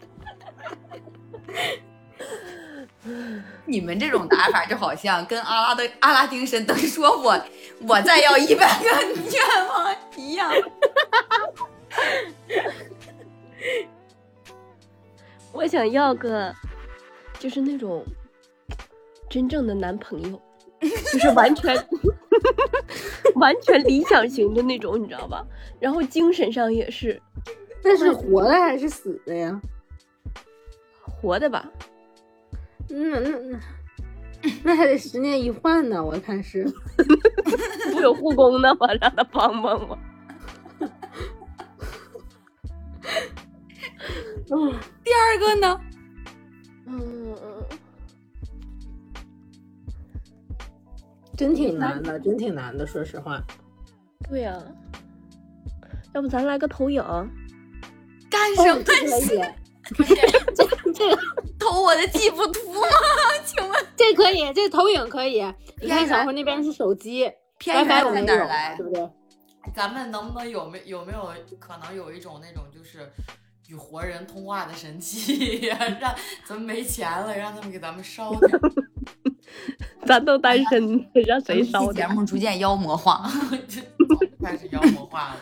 个。你们这种打法就好像跟阿拉的阿拉丁神灯说我我再要一百个愿望一样。 我想要个就是那种真正的男朋友，就是完全完全理想型的那种，你知道吧？然后精神上也是。 那是活的还是死的呀？ 活的吧。 嗯，那那那还得十年一换呢，我看是。 不有护工的吗？让他帮帮我。 嗯，第二个呢？ 嗯， 真挺难的，真挺难的，说实话。 对呀、啊，要不咱来个投影？ 干什么？ 哦、可以。 这这个投我的记不图吗？请问这可以，这投影可以。你看小辉那边是手机 ，WiFi 我没有，对不对？ 咱们能不能有没有没有可能有一种那种就是与活人通话的神器呀？让咱们没钱了，让他们给咱们烧点。 咱都单身，让谁烧点？节目逐渐妖魔化， 开始妖魔化了。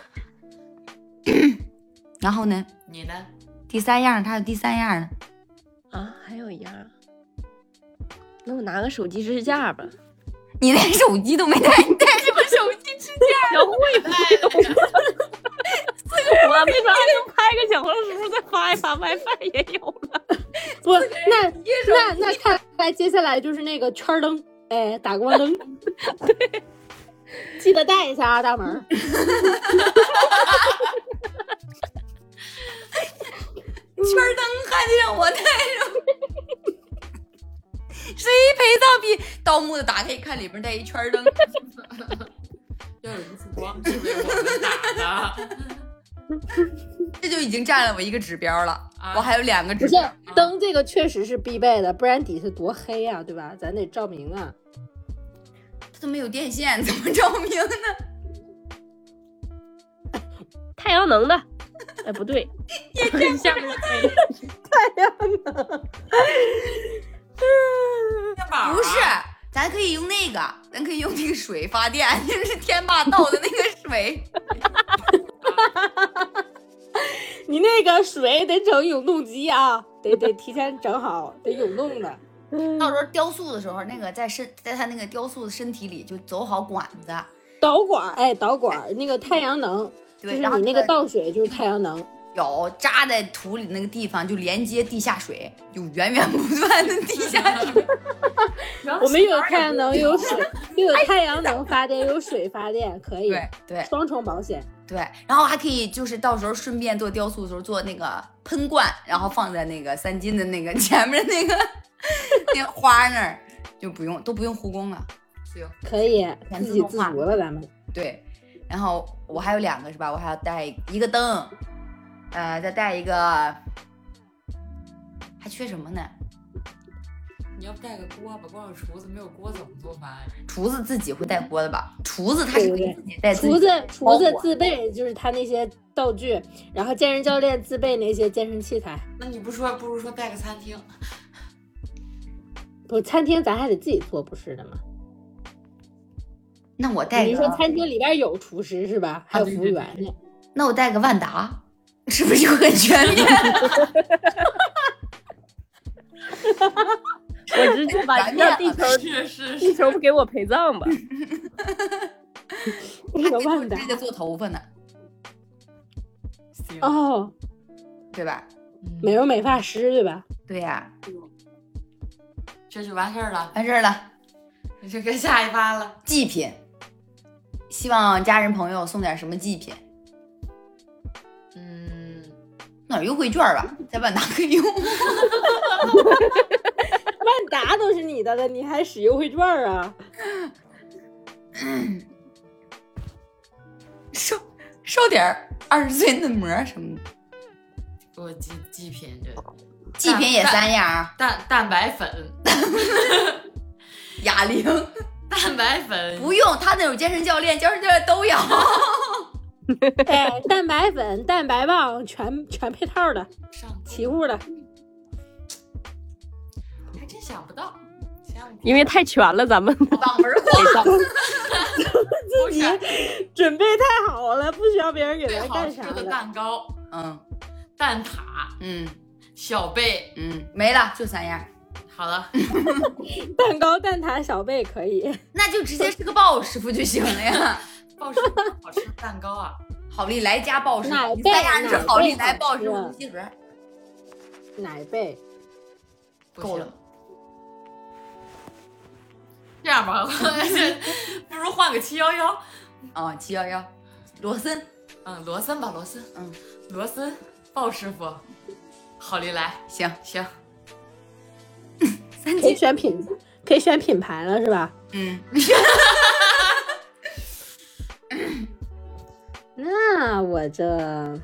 然后呢？ 你呢？ 第三样，它有第三样呢。 啊，还有一样。那我拿个手机支架吧。 你连手机都没带，你带什么手机支架？ 小会拍的。四个我没准还能拍个小红书，再发一发 WiFi 也有了。 不，那那那看来接下来就是那个圈灯，哎，打光灯。 对， 记得带一下啊，大门。 圈灯还得让我带上，谁陪葬品？盗墓的打开一看，里边带一圈灯， 要有一束光是为我们打的， 这就已经占了我一个指标了。啊、我还有两个指标。不是灯这个确实是必备的，不然底下多黑啊，对吧？咱得照明啊。 它都没有电线，怎么照明呢？ 太阳能的。哎，不对， 也看下面太阳能。 电宝不是，咱可以用那个，咱可以用那个水发电，就是天霸倒的那个水。 你那个水得整永动机啊，得得提前整好，得永动的。 到时候雕塑的时候，那个在身在他那个雕塑的身体里就走好管子， 导管，哎，导管那个太阳能，就对， 是然后你那个倒水就是太阳能。 有扎在土里那个地方就连接地下水，有源源不断的地下水。 我们有太阳能，又有水，又有太阳能发电，又有水发电，可以， 对对双重保险。 对，然后还可以就是到时候顺便做雕塑的时候做那个喷罐，然后放在那个三金的那个前面那个那个花那儿，就不用都不用护工了。 行， 可以自给自足了，咱们。 对，然后我还有两个是吧？我还要带一个灯，呃，再带一个，还缺什么呢？ 你要不带个锅吧？光有厨子没有锅怎么做饭呀？ 厨子自己会带锅的吧？厨子他是可以自己带自己厨子厨子包裹自备就是他那些道具，然后健身教练自备那些健身器材。 那你不说，不如说带个餐厅。 不，餐厅咱还得自己做，不是的吗？ 那我带个， 你说餐厅里边有厨师是吧？还有服务员呢。 那我带个万达，是不是就很全面？ 我直接把让地球是是地球给我陪葬吧。 那个万达直接做头发呢， 行， 哦， 对吧？ 美容美发师对吧？ 对呀、 这就完事儿了， 完事儿了。 你就该下一趴了。 祭品，希望家人朋友送点什么祭品？ 嗯， 弄点优惠券吧，在万达可以用。 万达都是你的了，你还使优惠券啊？ 烧烧点二十岁嫩模什么的， 给我祭祭品这祭品也三样， 蛋蛋白粉、 哑铃蛋白粉不用，他那种健身教练、健身教练都有。 哎，蛋白粉、蛋白棒全全配套的， 上齐乎的。 还真想不到，想不因为太全了，咱们绑门框， 不是准备太好了，不需要别人给最咱好吃的干啥的。 蛋糕、 嗯蛋挞、 嗯小贝。 嗯，没了，就三样， 好了， 蛋糕、蛋挞、小贝可以。 那就直接是个鲍师傅就行了呀。 鲍师傅好吃的蛋糕啊！ 好利来加鲍师傅， 奶贝三样是好利来奶贝鲍师傅好吃集合， 奶贝， 不行够了。 这样吧，不如换个七幺幺。 啊，七幺幺，罗森， 嗯，罗森吧，罗森。 嗯， 罗森，鲍师傅，好利来。 行， 行， 三可以金， 选品，可以选品牌了是吧？ 嗯， 那我这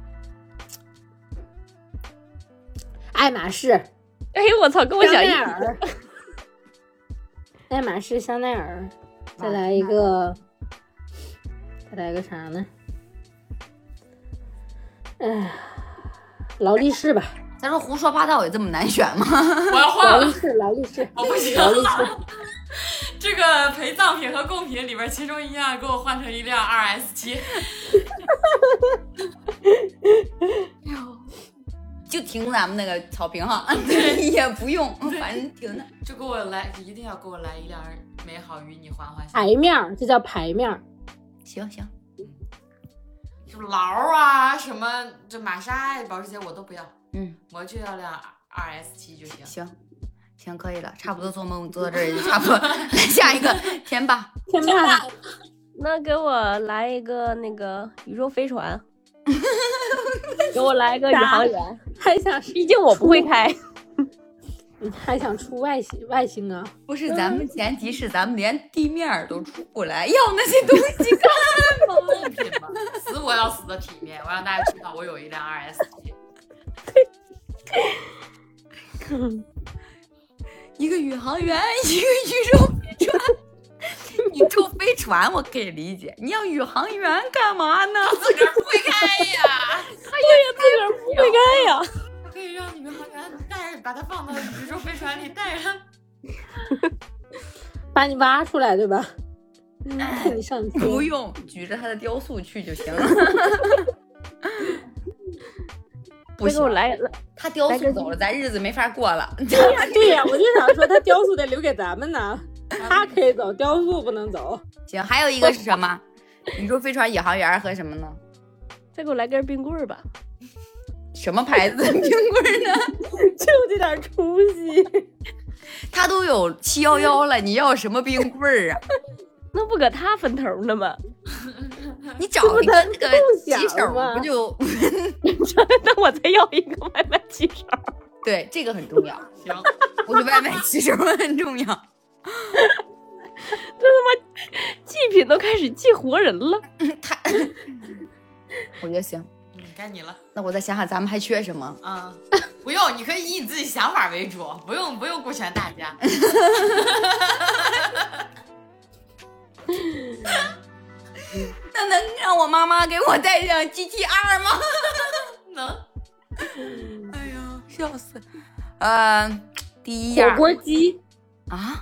爱马仕、 哎呦我操，跟我香奈想一儿，爱马仕、香奈儿，再来一个，再来个啥呢？哎，劳力士吧， 咱说胡说八道有这么难选吗？ 我要换了， 劳力士，劳力士， 我不行劳力士。 了。这个陪葬品和贡品里边，其中一样给我换成一辆 二 S 七。 就停咱们那个草坪哈，也不用，反正停那。 就给我来，一定要给我来一辆美好与你环环相牌面儿，这叫牌面儿。 行行， 什么劳啊，什么这玛莎、保时捷我都不要， 嗯， 我就要辆 二 S 七就行。 行行，可以了，差不多做梦做到这儿也就差不多。来下一个天霸， 天霸， 那给我来一个那个宇宙飞船，给我来一个宇航员， 还想毕竟我不会开。 你还想出外星外星啊？ 不是咱们前提是咱们连地面儿都出不来，要那些东西干嘛？ 贡品吧，死我要死的体面，我让大家知道我有一辆 二 S 七。 一个宇航员，一个宇宙飞船。宇宙飞船我可以理解，你要宇航员干嘛呢？ 自个儿不会开呀， 自个儿不会开呀。 可以让宇航员带着，把它放到宇宙飞船里，带着它把你挖出来对吧？嗯，看你上天。 不用，举着他的雕塑去就行了。不行， 给我来， 他雕塑走了，咱日子没法过了。 对呀对呀，我就想说，他雕塑得留给咱们呢，他可以走，雕塑不能走。 行，还有一个是什么？宇宙飞船宇航员和什么呢？ 再给我来根冰棍儿吧。 什么牌子的冰棍呢？ 就这点出息。 他都有七一一了，你要什么冰棍儿啊？ 那不搁他分头呢吗？ 你找一个那个骑手不就？ 那我再要一个外卖骑手。 对，这个很重要。行，我的外卖骑手很重要。 这他妈祭品都开始祭活人了。 他，我觉得行。 嗯，该你了。 那我再想想，咱们还缺什么？ 啊、嗯，不用，你可以以你自己想法为主，不用不用顾全大家。 那能让我妈妈给我带上 G T R 吗？ 能。 哎呀，笑死！呃，第一样火锅鸡啊，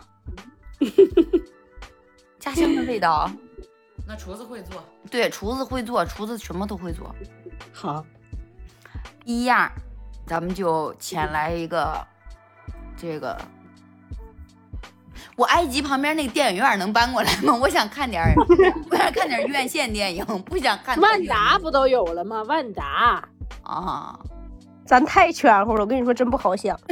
家乡的味道。 那厨子会做。 对，厨子会做，厨子什么都会做。 好， 第一样，咱们就前来一个这个。我埃及旁边那个电影院能搬过来吗？我想看点儿，我想看点院线电影，不想看。 万达不都有了吗？万达啊， 咱太圈乎了，我跟你说真不好想。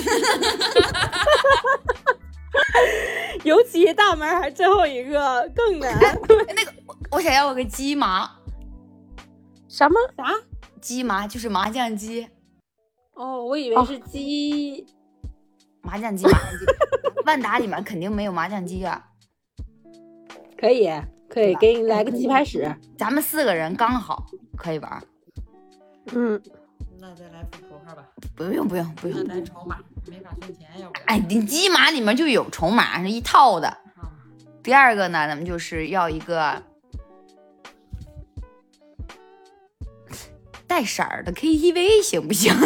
尤其大门还最后一个更难。 那个，我想要个鸡麻。 什么？ 啥？ 鸡麻就是麻酱鸡。 哦，我以为是鸡。 哦、麻酱鸡，麻酱鸡。万达里面肯定没有麻酱鸡啊。 可以，可以给你来个鸡排屎。 咱们四个人刚好可以玩。 嗯， 那再来副筹号吧。 不用不用不用。 那来筹码，没法算钱，要不然。 哎，你鸡麻里面就有筹码，是一套的。嗯、第二个呢，咱们就是要一个带色儿的 K T V， 行不行？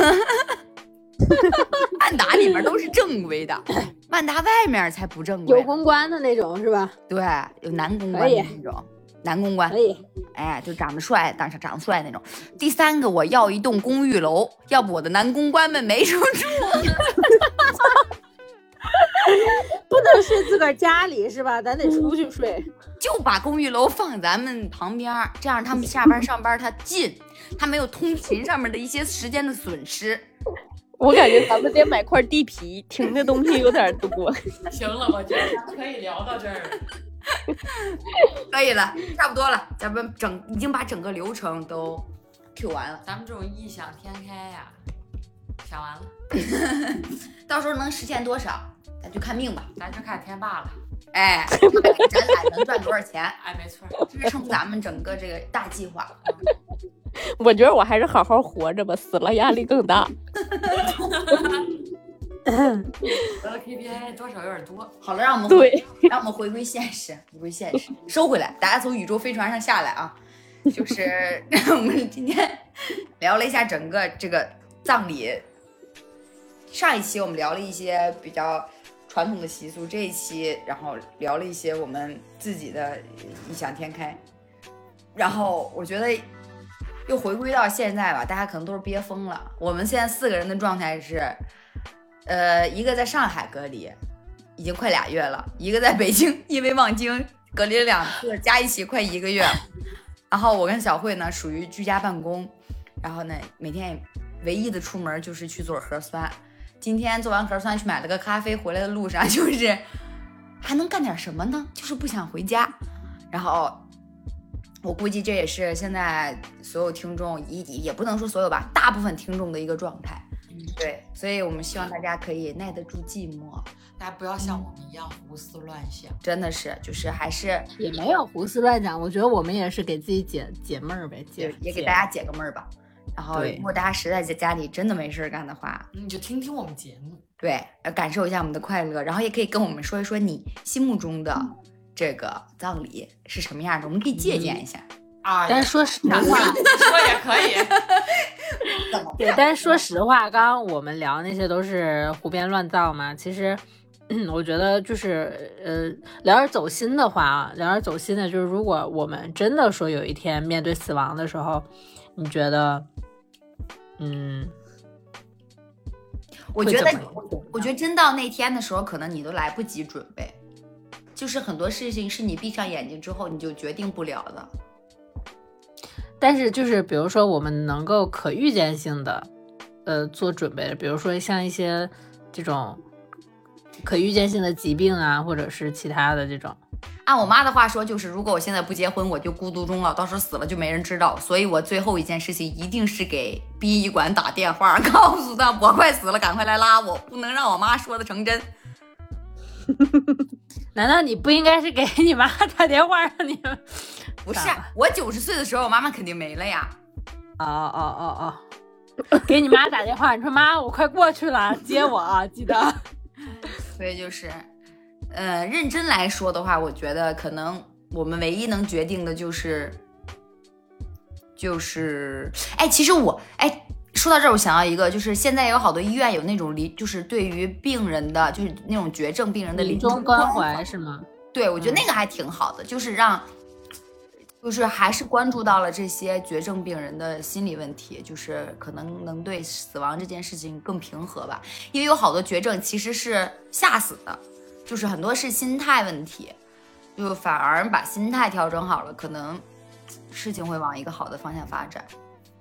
万达里面都是正规的，万达外面才不正规。 有公关的那种是吧？ 对，有男公关的那种，男公关可以。 哎，就长得帅，长长得帅那种。第三个，我要一栋公寓楼，要不我的男公关们没处住。 不能睡自个儿家里是吧？咱得出去睡。 就把公寓楼放咱们旁边，这样他们下班上班他近，他没有通勤上面的一些时间的损失。 我感觉咱们得买块地皮，听的东西有点多。 行了，我觉得咱可以聊到这儿了。 可以了，差不多了，咱们整已经把整个流程都 Q 完了。 咱们这种异想天开呀、啊，想完了， 到时候能实现多少，咱就看命吧， 咱就看天霸了。 哎，展览能赚多少钱？ 哎，没错， 支撑咱们整个这个大计划。 我觉得我还是好好活着吧，死了压力更大。 得了 K P I 多少有点多。 好了，让我们对， 让我们回归现实，回归现实，收回来，大家从宇宙飞船上下来啊！就是我们今天聊了一下整个这个葬礼。上一期我们聊了一些比较传统的习俗，这一期然后聊了一些我们自己的异想天开。然后我觉得又回归到现在吧，大家可能都是憋疯了。我们现在四个人的状态是，呃，一个在上海隔离，已经快俩月了；一个在北京，因为望京隔离了两次，加一起快一个月。然后我跟小慧呢属于居家办公，然后呢每天唯一的出门就是去做核酸。今天做完核酸去买了个咖啡，回来的路上就是还能干点什么呢？就是不想回家。然后我估计这也是现在所有听众，也也不能说所有吧，大部分听众的一个状态。对，所以我们希望大家可以耐得住寂寞， 大家不要像我们一样胡思乱想。 真的是，就是还是也没有胡思乱想，我觉得我们也是给自己解解闷儿呗，解也给大家解个闷儿吧。然后，如果大家实在在家里真的没事干的话， 你就听听我们节目， 对，感受一下我们的快乐，然后也可以跟我们说一说你心目中的这个葬礼是什么样的，我们可以借鉴一下。 嗯啊， 但是说实话， 说也可以。 对，但是说实话，刚刚我们聊那些都是胡编乱造嘛。其实， 嗯，我觉得就是呃，聊点走心的话啊，聊点走心的，就是如果我们真的说有一天面对死亡的时候，你觉得，嗯， 我觉得，我觉得真到那天的时候，可能你都来不及准备，就是很多事情是你闭上眼睛之后你就决定不了的。 但是就是比如说我们能够可预见性的，呃，做准备，比如说像一些这种可预见性的疾病啊，或者是其他的这种。 按我妈的话说，就是如果我现在不结婚，我就孤独终老，到时候死了就没人知道。所以我最后一件事情一定是给殡仪馆打电话，告诉他我快死了，赶快来拉我，不能让我妈说的成真。 难道你不应该是给你妈打电话让你们？ 不是，我九十岁的时候，我妈妈肯定没了呀。 哦哦哦哦，给你妈打电话，你说妈，我快过去了，接我啊，记得。 所以就是，呃，认真来说的话，我觉得可能我们唯一能决定的就是，就是，哎，其实我，哎，说到这儿，我想到一个，就是现在有好多医院有那种临，就是对于病人的，就是那种绝症病人的临终关怀，是吗？ 对，我觉得那个还挺好的，嗯、就是让。就是还是关注到了这些绝症病人的心理问题，就是可能能对死亡这件事情更平和吧。因为有好多绝症其实是吓死的，就是很多是心态问题，就反而把心态调整好了，可能事情会往一个好的方向发展。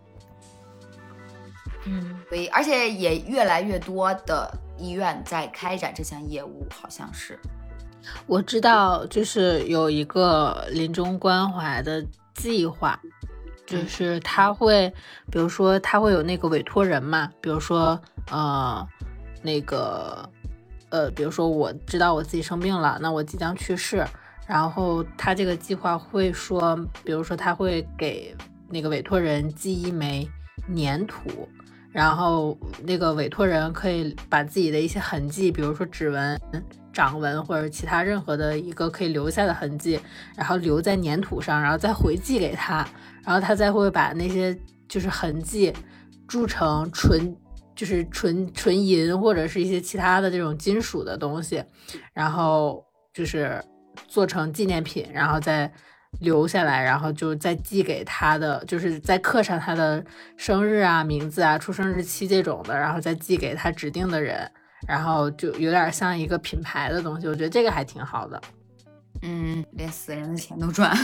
嗯， 所以而且也越来越多的医院在开展这项业务，好像是。 我知道，就是有一个临终关怀的计划，就是他会，比如说他会有那个委托人嘛，比如说呃那个呃，比如说我知道我自己生病了，那我即将去世，然后他这个计划会说，比如说他会给那个委托人寄一枚粘土，然后那个委托人可以把自己的一些痕迹，比如说指纹、掌纹或者其他任何的一个可以留下的痕迹，然后留在粘土上，然后再回寄给他，然后他再会把那些就是痕迹铸成纯就是纯纯银或者是一些其他的这种金属的东西，然后就是做成纪念品，然后再留下来，然后就再寄给他的，就是再刻上他的生日啊、名字啊、出生日期这种的，然后再寄给他指定的人，然后就有点像一个品牌的东西，我觉得这个还挺好的。 嗯，连死人的钱都赚。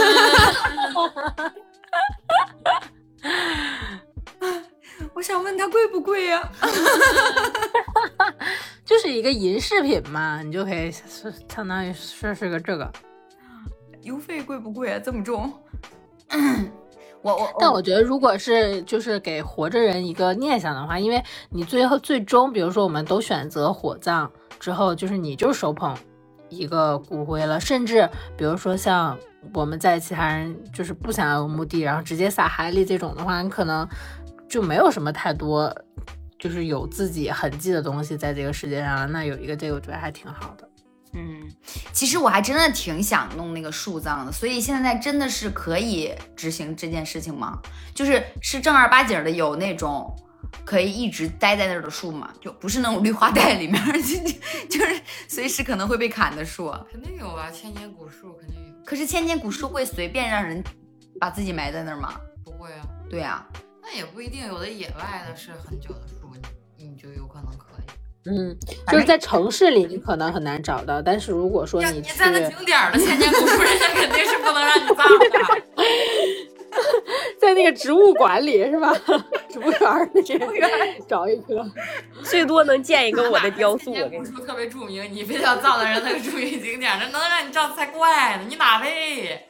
我想问他贵不贵呀、 啊？就是一个银饰品嘛，你就可以相当于说是个这个。 邮费贵不贵啊？这么重？我我， 但我觉得如果是就是给活着人一个念想的话，因为你最后最终，比如说我们都选择火葬之后，就是你就手捧一个骨灰了，甚至比如说像我们在其他人就是不想要墓地，然后直接撒海里这种的话，你可能就没有什么太多就是有自己痕迹的东西在这个世界上，那有一个这个我觉得还挺好的。 嗯，其实我还真的挺想弄那个树葬的，所以现在真的是可以执行这件事情吗？就是是正儿八经的有那种可以一直待在那儿的树嘛，就不是那种绿化带里面，就是随时可能会被砍的树。 肯定有啊，千年古树肯定有。 可是千年古树会随便让人把自己埋在那儿吗？ 不会啊。 对啊， 那也不一定，有的野外的是很久的树，你就有可能可以。 嗯，就是在城市里你可能很难找到，但是如果说你你在那景点的千年古树，人家肯定是不能让你葬的。 在那个植物馆里是吧？植物园那植物园找一棵， 最多能见一个我的雕塑。 千年古树特别著名，你非要葬的人那个著名景点，那能让你葬才怪呢，你哪位？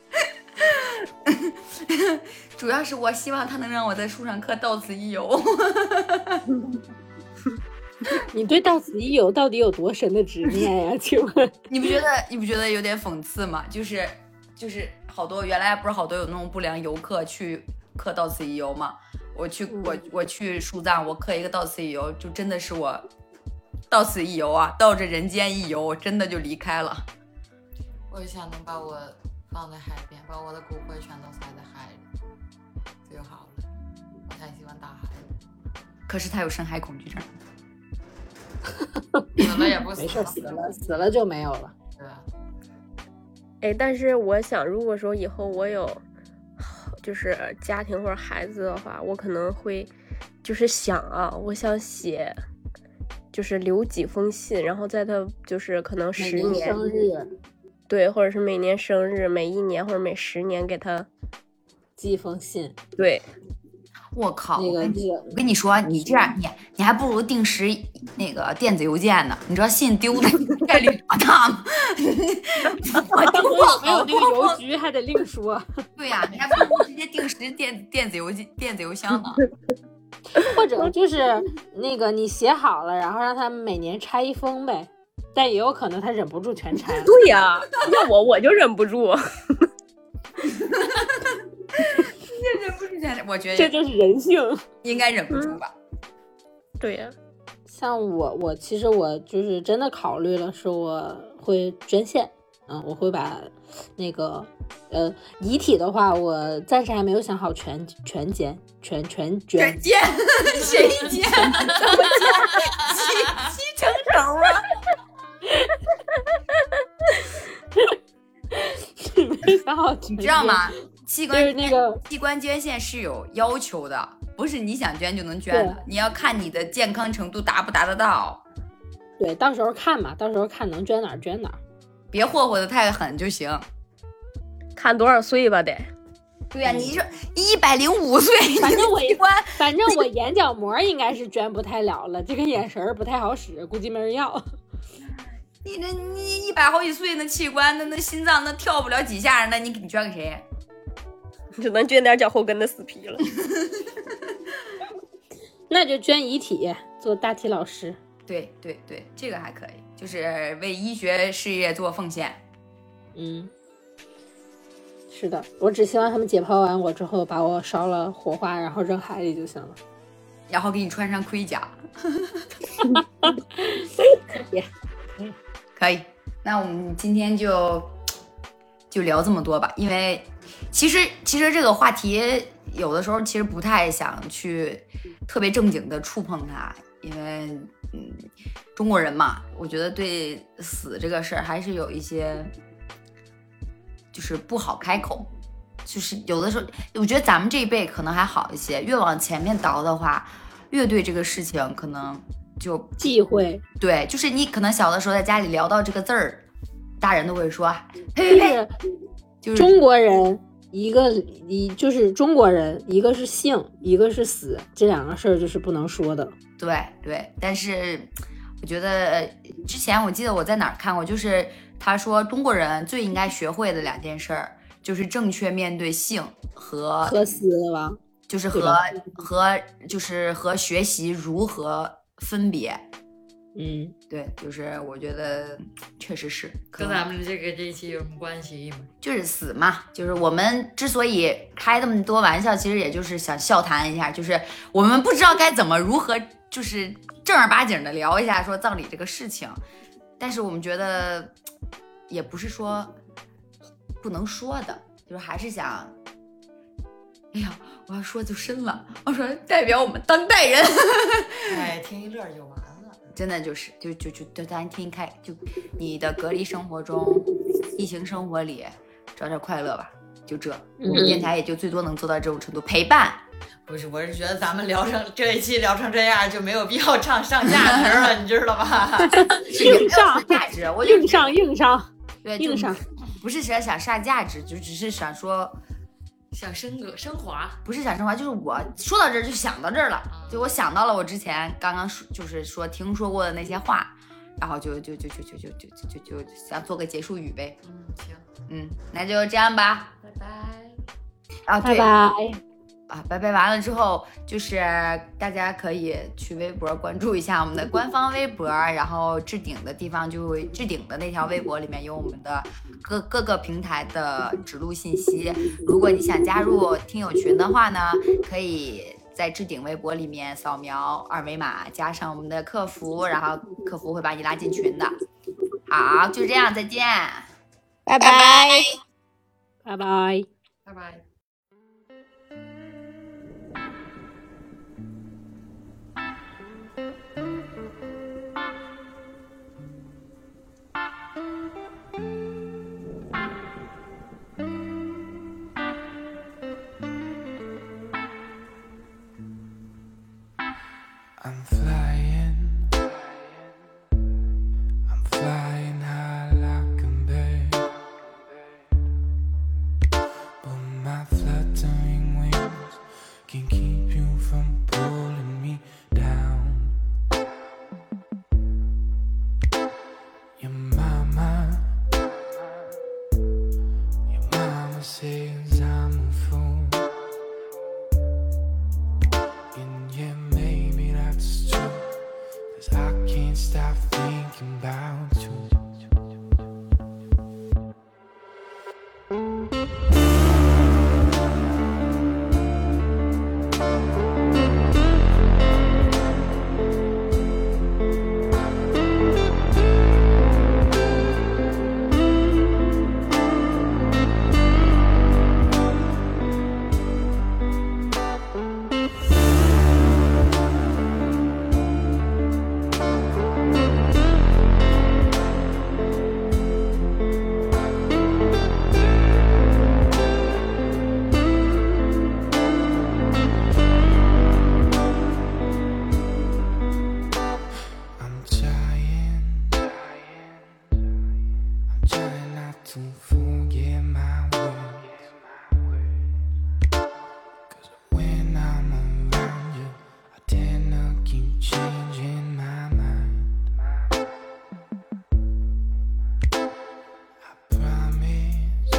主要是我希望他能让我在树上刻到此一游。 你对到此一游到底有多深的执念呀？请问你不觉得你不觉得有点讽刺吗？就是就是好多原来不是好多有那种不良游客去刻到此一游吗？我去我我去树葬，我刻一个到此一游，就真的是我到此一游啊，到这人间一游，我真的就离开了。 我也想能把我放在海边，把我的骨灰全都塞在海里就好了。我太喜欢大海了。 可是他有深海恐惧症。 死了也不死没事，死了死了就没有了。 对吧？ 哎，但是我想，如果说以后我有就是家庭或者孩子的话，我可能会就是想啊，我想写，就是留几封信，然后在他就是可能十年生日， 对，或者是每年生日，每一年或者每十年给他寄一封信。 对， 我靠！ 那个我跟这个， 我跟你说，你这样，你你还不如定时那个电子邮件呢。你知道信丢的概率多大吗？我丢有没有那个邮局还得另说。 对呀、啊，你还不如直接定时电电子邮件、电子邮箱呢。 或者就是那个你写好了，然后让他们每年拆一封呗。但也有可能他忍不住全拆。 对呀、啊，要我我就忍不住。 这忍不住全拆，我觉得这就是人性， 应该忍不住吧。 嗯、对呀、啊， 像我，我其实我就是真的考虑了，是我会捐献。嗯，我会把那个呃遗体的话，我暂时还没有想好全全捐全全捐。 全捐？谁捐？怎么捐？七七成熟啊！ 没想好， 你知道吗？器官就是那个器官捐献是有要求的，不是你想捐就能捐的，你要看你的健康程度达不达得到。 对，到时候看嘛，到时候看能捐哪儿捐哪儿。 别霍霍的太狠就行， 看多少岁吧得。 对呀、啊，你说一百零五岁， 反正我关， 反正我眼角膜应该是捐不太了了，这个眼神不太好使，估计没人要。 你这你一百好几岁那器官，那那心脏那跳不了几下，那你你捐给谁？ 只能捐点脚后跟的死皮了。 那就捐遗体，做大体老师。 对对对，这个还可以。就是为医学事业做奉献。 嗯，是的，我只希望他们解剖完我之后把我烧了火化，然后扔海里就行了， 然后给你穿上盔甲。 可以， 可以。那我们今天就就聊这么多吧，因为其实其实这个话题有的时候其实不太想去特别正经的触碰它，因为嗯。中国人嘛，我觉得对死这个事儿还是有一些，就是不好开口。就是有的时候，我觉得咱们这一辈可能还好一些，越往前面倒的话，越对这个事情可能就忌讳。 对，就是你可能小的时候在家里聊到这个字儿，大人都会说，嘿嘿嘿， 就是中国人一个一就是中国人，一个是姓，一个是死，这两个事儿就是不能说的。 对对，但是。我觉得之前我记得我在哪儿看过，就是他说中国人最应该学会的两件事儿，就是正确面对性和和死亡， 就是和和就是和学习如何分别。 嗯， 对，就是我觉得确实是跟咱们这个这一期有什么关系吗？ 就是死嘛，就是我们之所以开那么多玩笑，其实也就是想笑谈一下，就是我们不知道该怎么如何就是正儿八经的聊一下说葬礼这个事情，但是我们觉得也不是说不能说的，就是还是想，哎呀，我要说就深了，我说代表我们当代人， 哎，听一乐就完了。 真的就是就就就就咱听开，就你的隔离生活中、疫情生活里找点快乐吧，就这。我们电台也就最多能做到这种程度，陪伴。 不是，我是觉得咱们聊成这一期聊成这样，就没有必要唱上价值了，你知道吧？ 硬上价值，我就硬上硬上， 对， 硬上， 不是想想上价值，就只是想说。 想升格升华， 不是想升华，就是我说到这儿就想到这儿了，就我想到了我之前刚刚说就是说听说过的那些话，然后就就就就就就就就就就想做个结束语呗。 嗯，行， 嗯，那就这样吧， 拜拜。 啊，对， 拜拜。 啊，拜拜完了之后，就是大家可以去微博关注一下我们的官方微博，然后置顶的地方就会置顶的那条微博里面有我们的各各个平台的指路信息。如果你想加入听友群的话呢，可以在置顶微博里面扫描二维码，加上我们的客服，然后客服会把你拉进群的。好，就这样，再见， 拜拜，拜拜， 拜拜。 fluttering wings can keep you from pulling me down. Your mama, your mama says I'm a fool, and yeah, maybe that's true, 'cause I can't stop thinking about you. To forget my words, 'cause when I'm around you, I tend to keep changing my mind. I promise,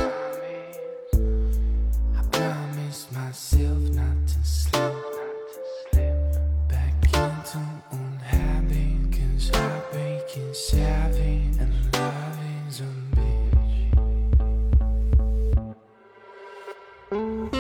I promise myself not to slip back into old habits, 'cause heartbreak is savage and love is a bitch.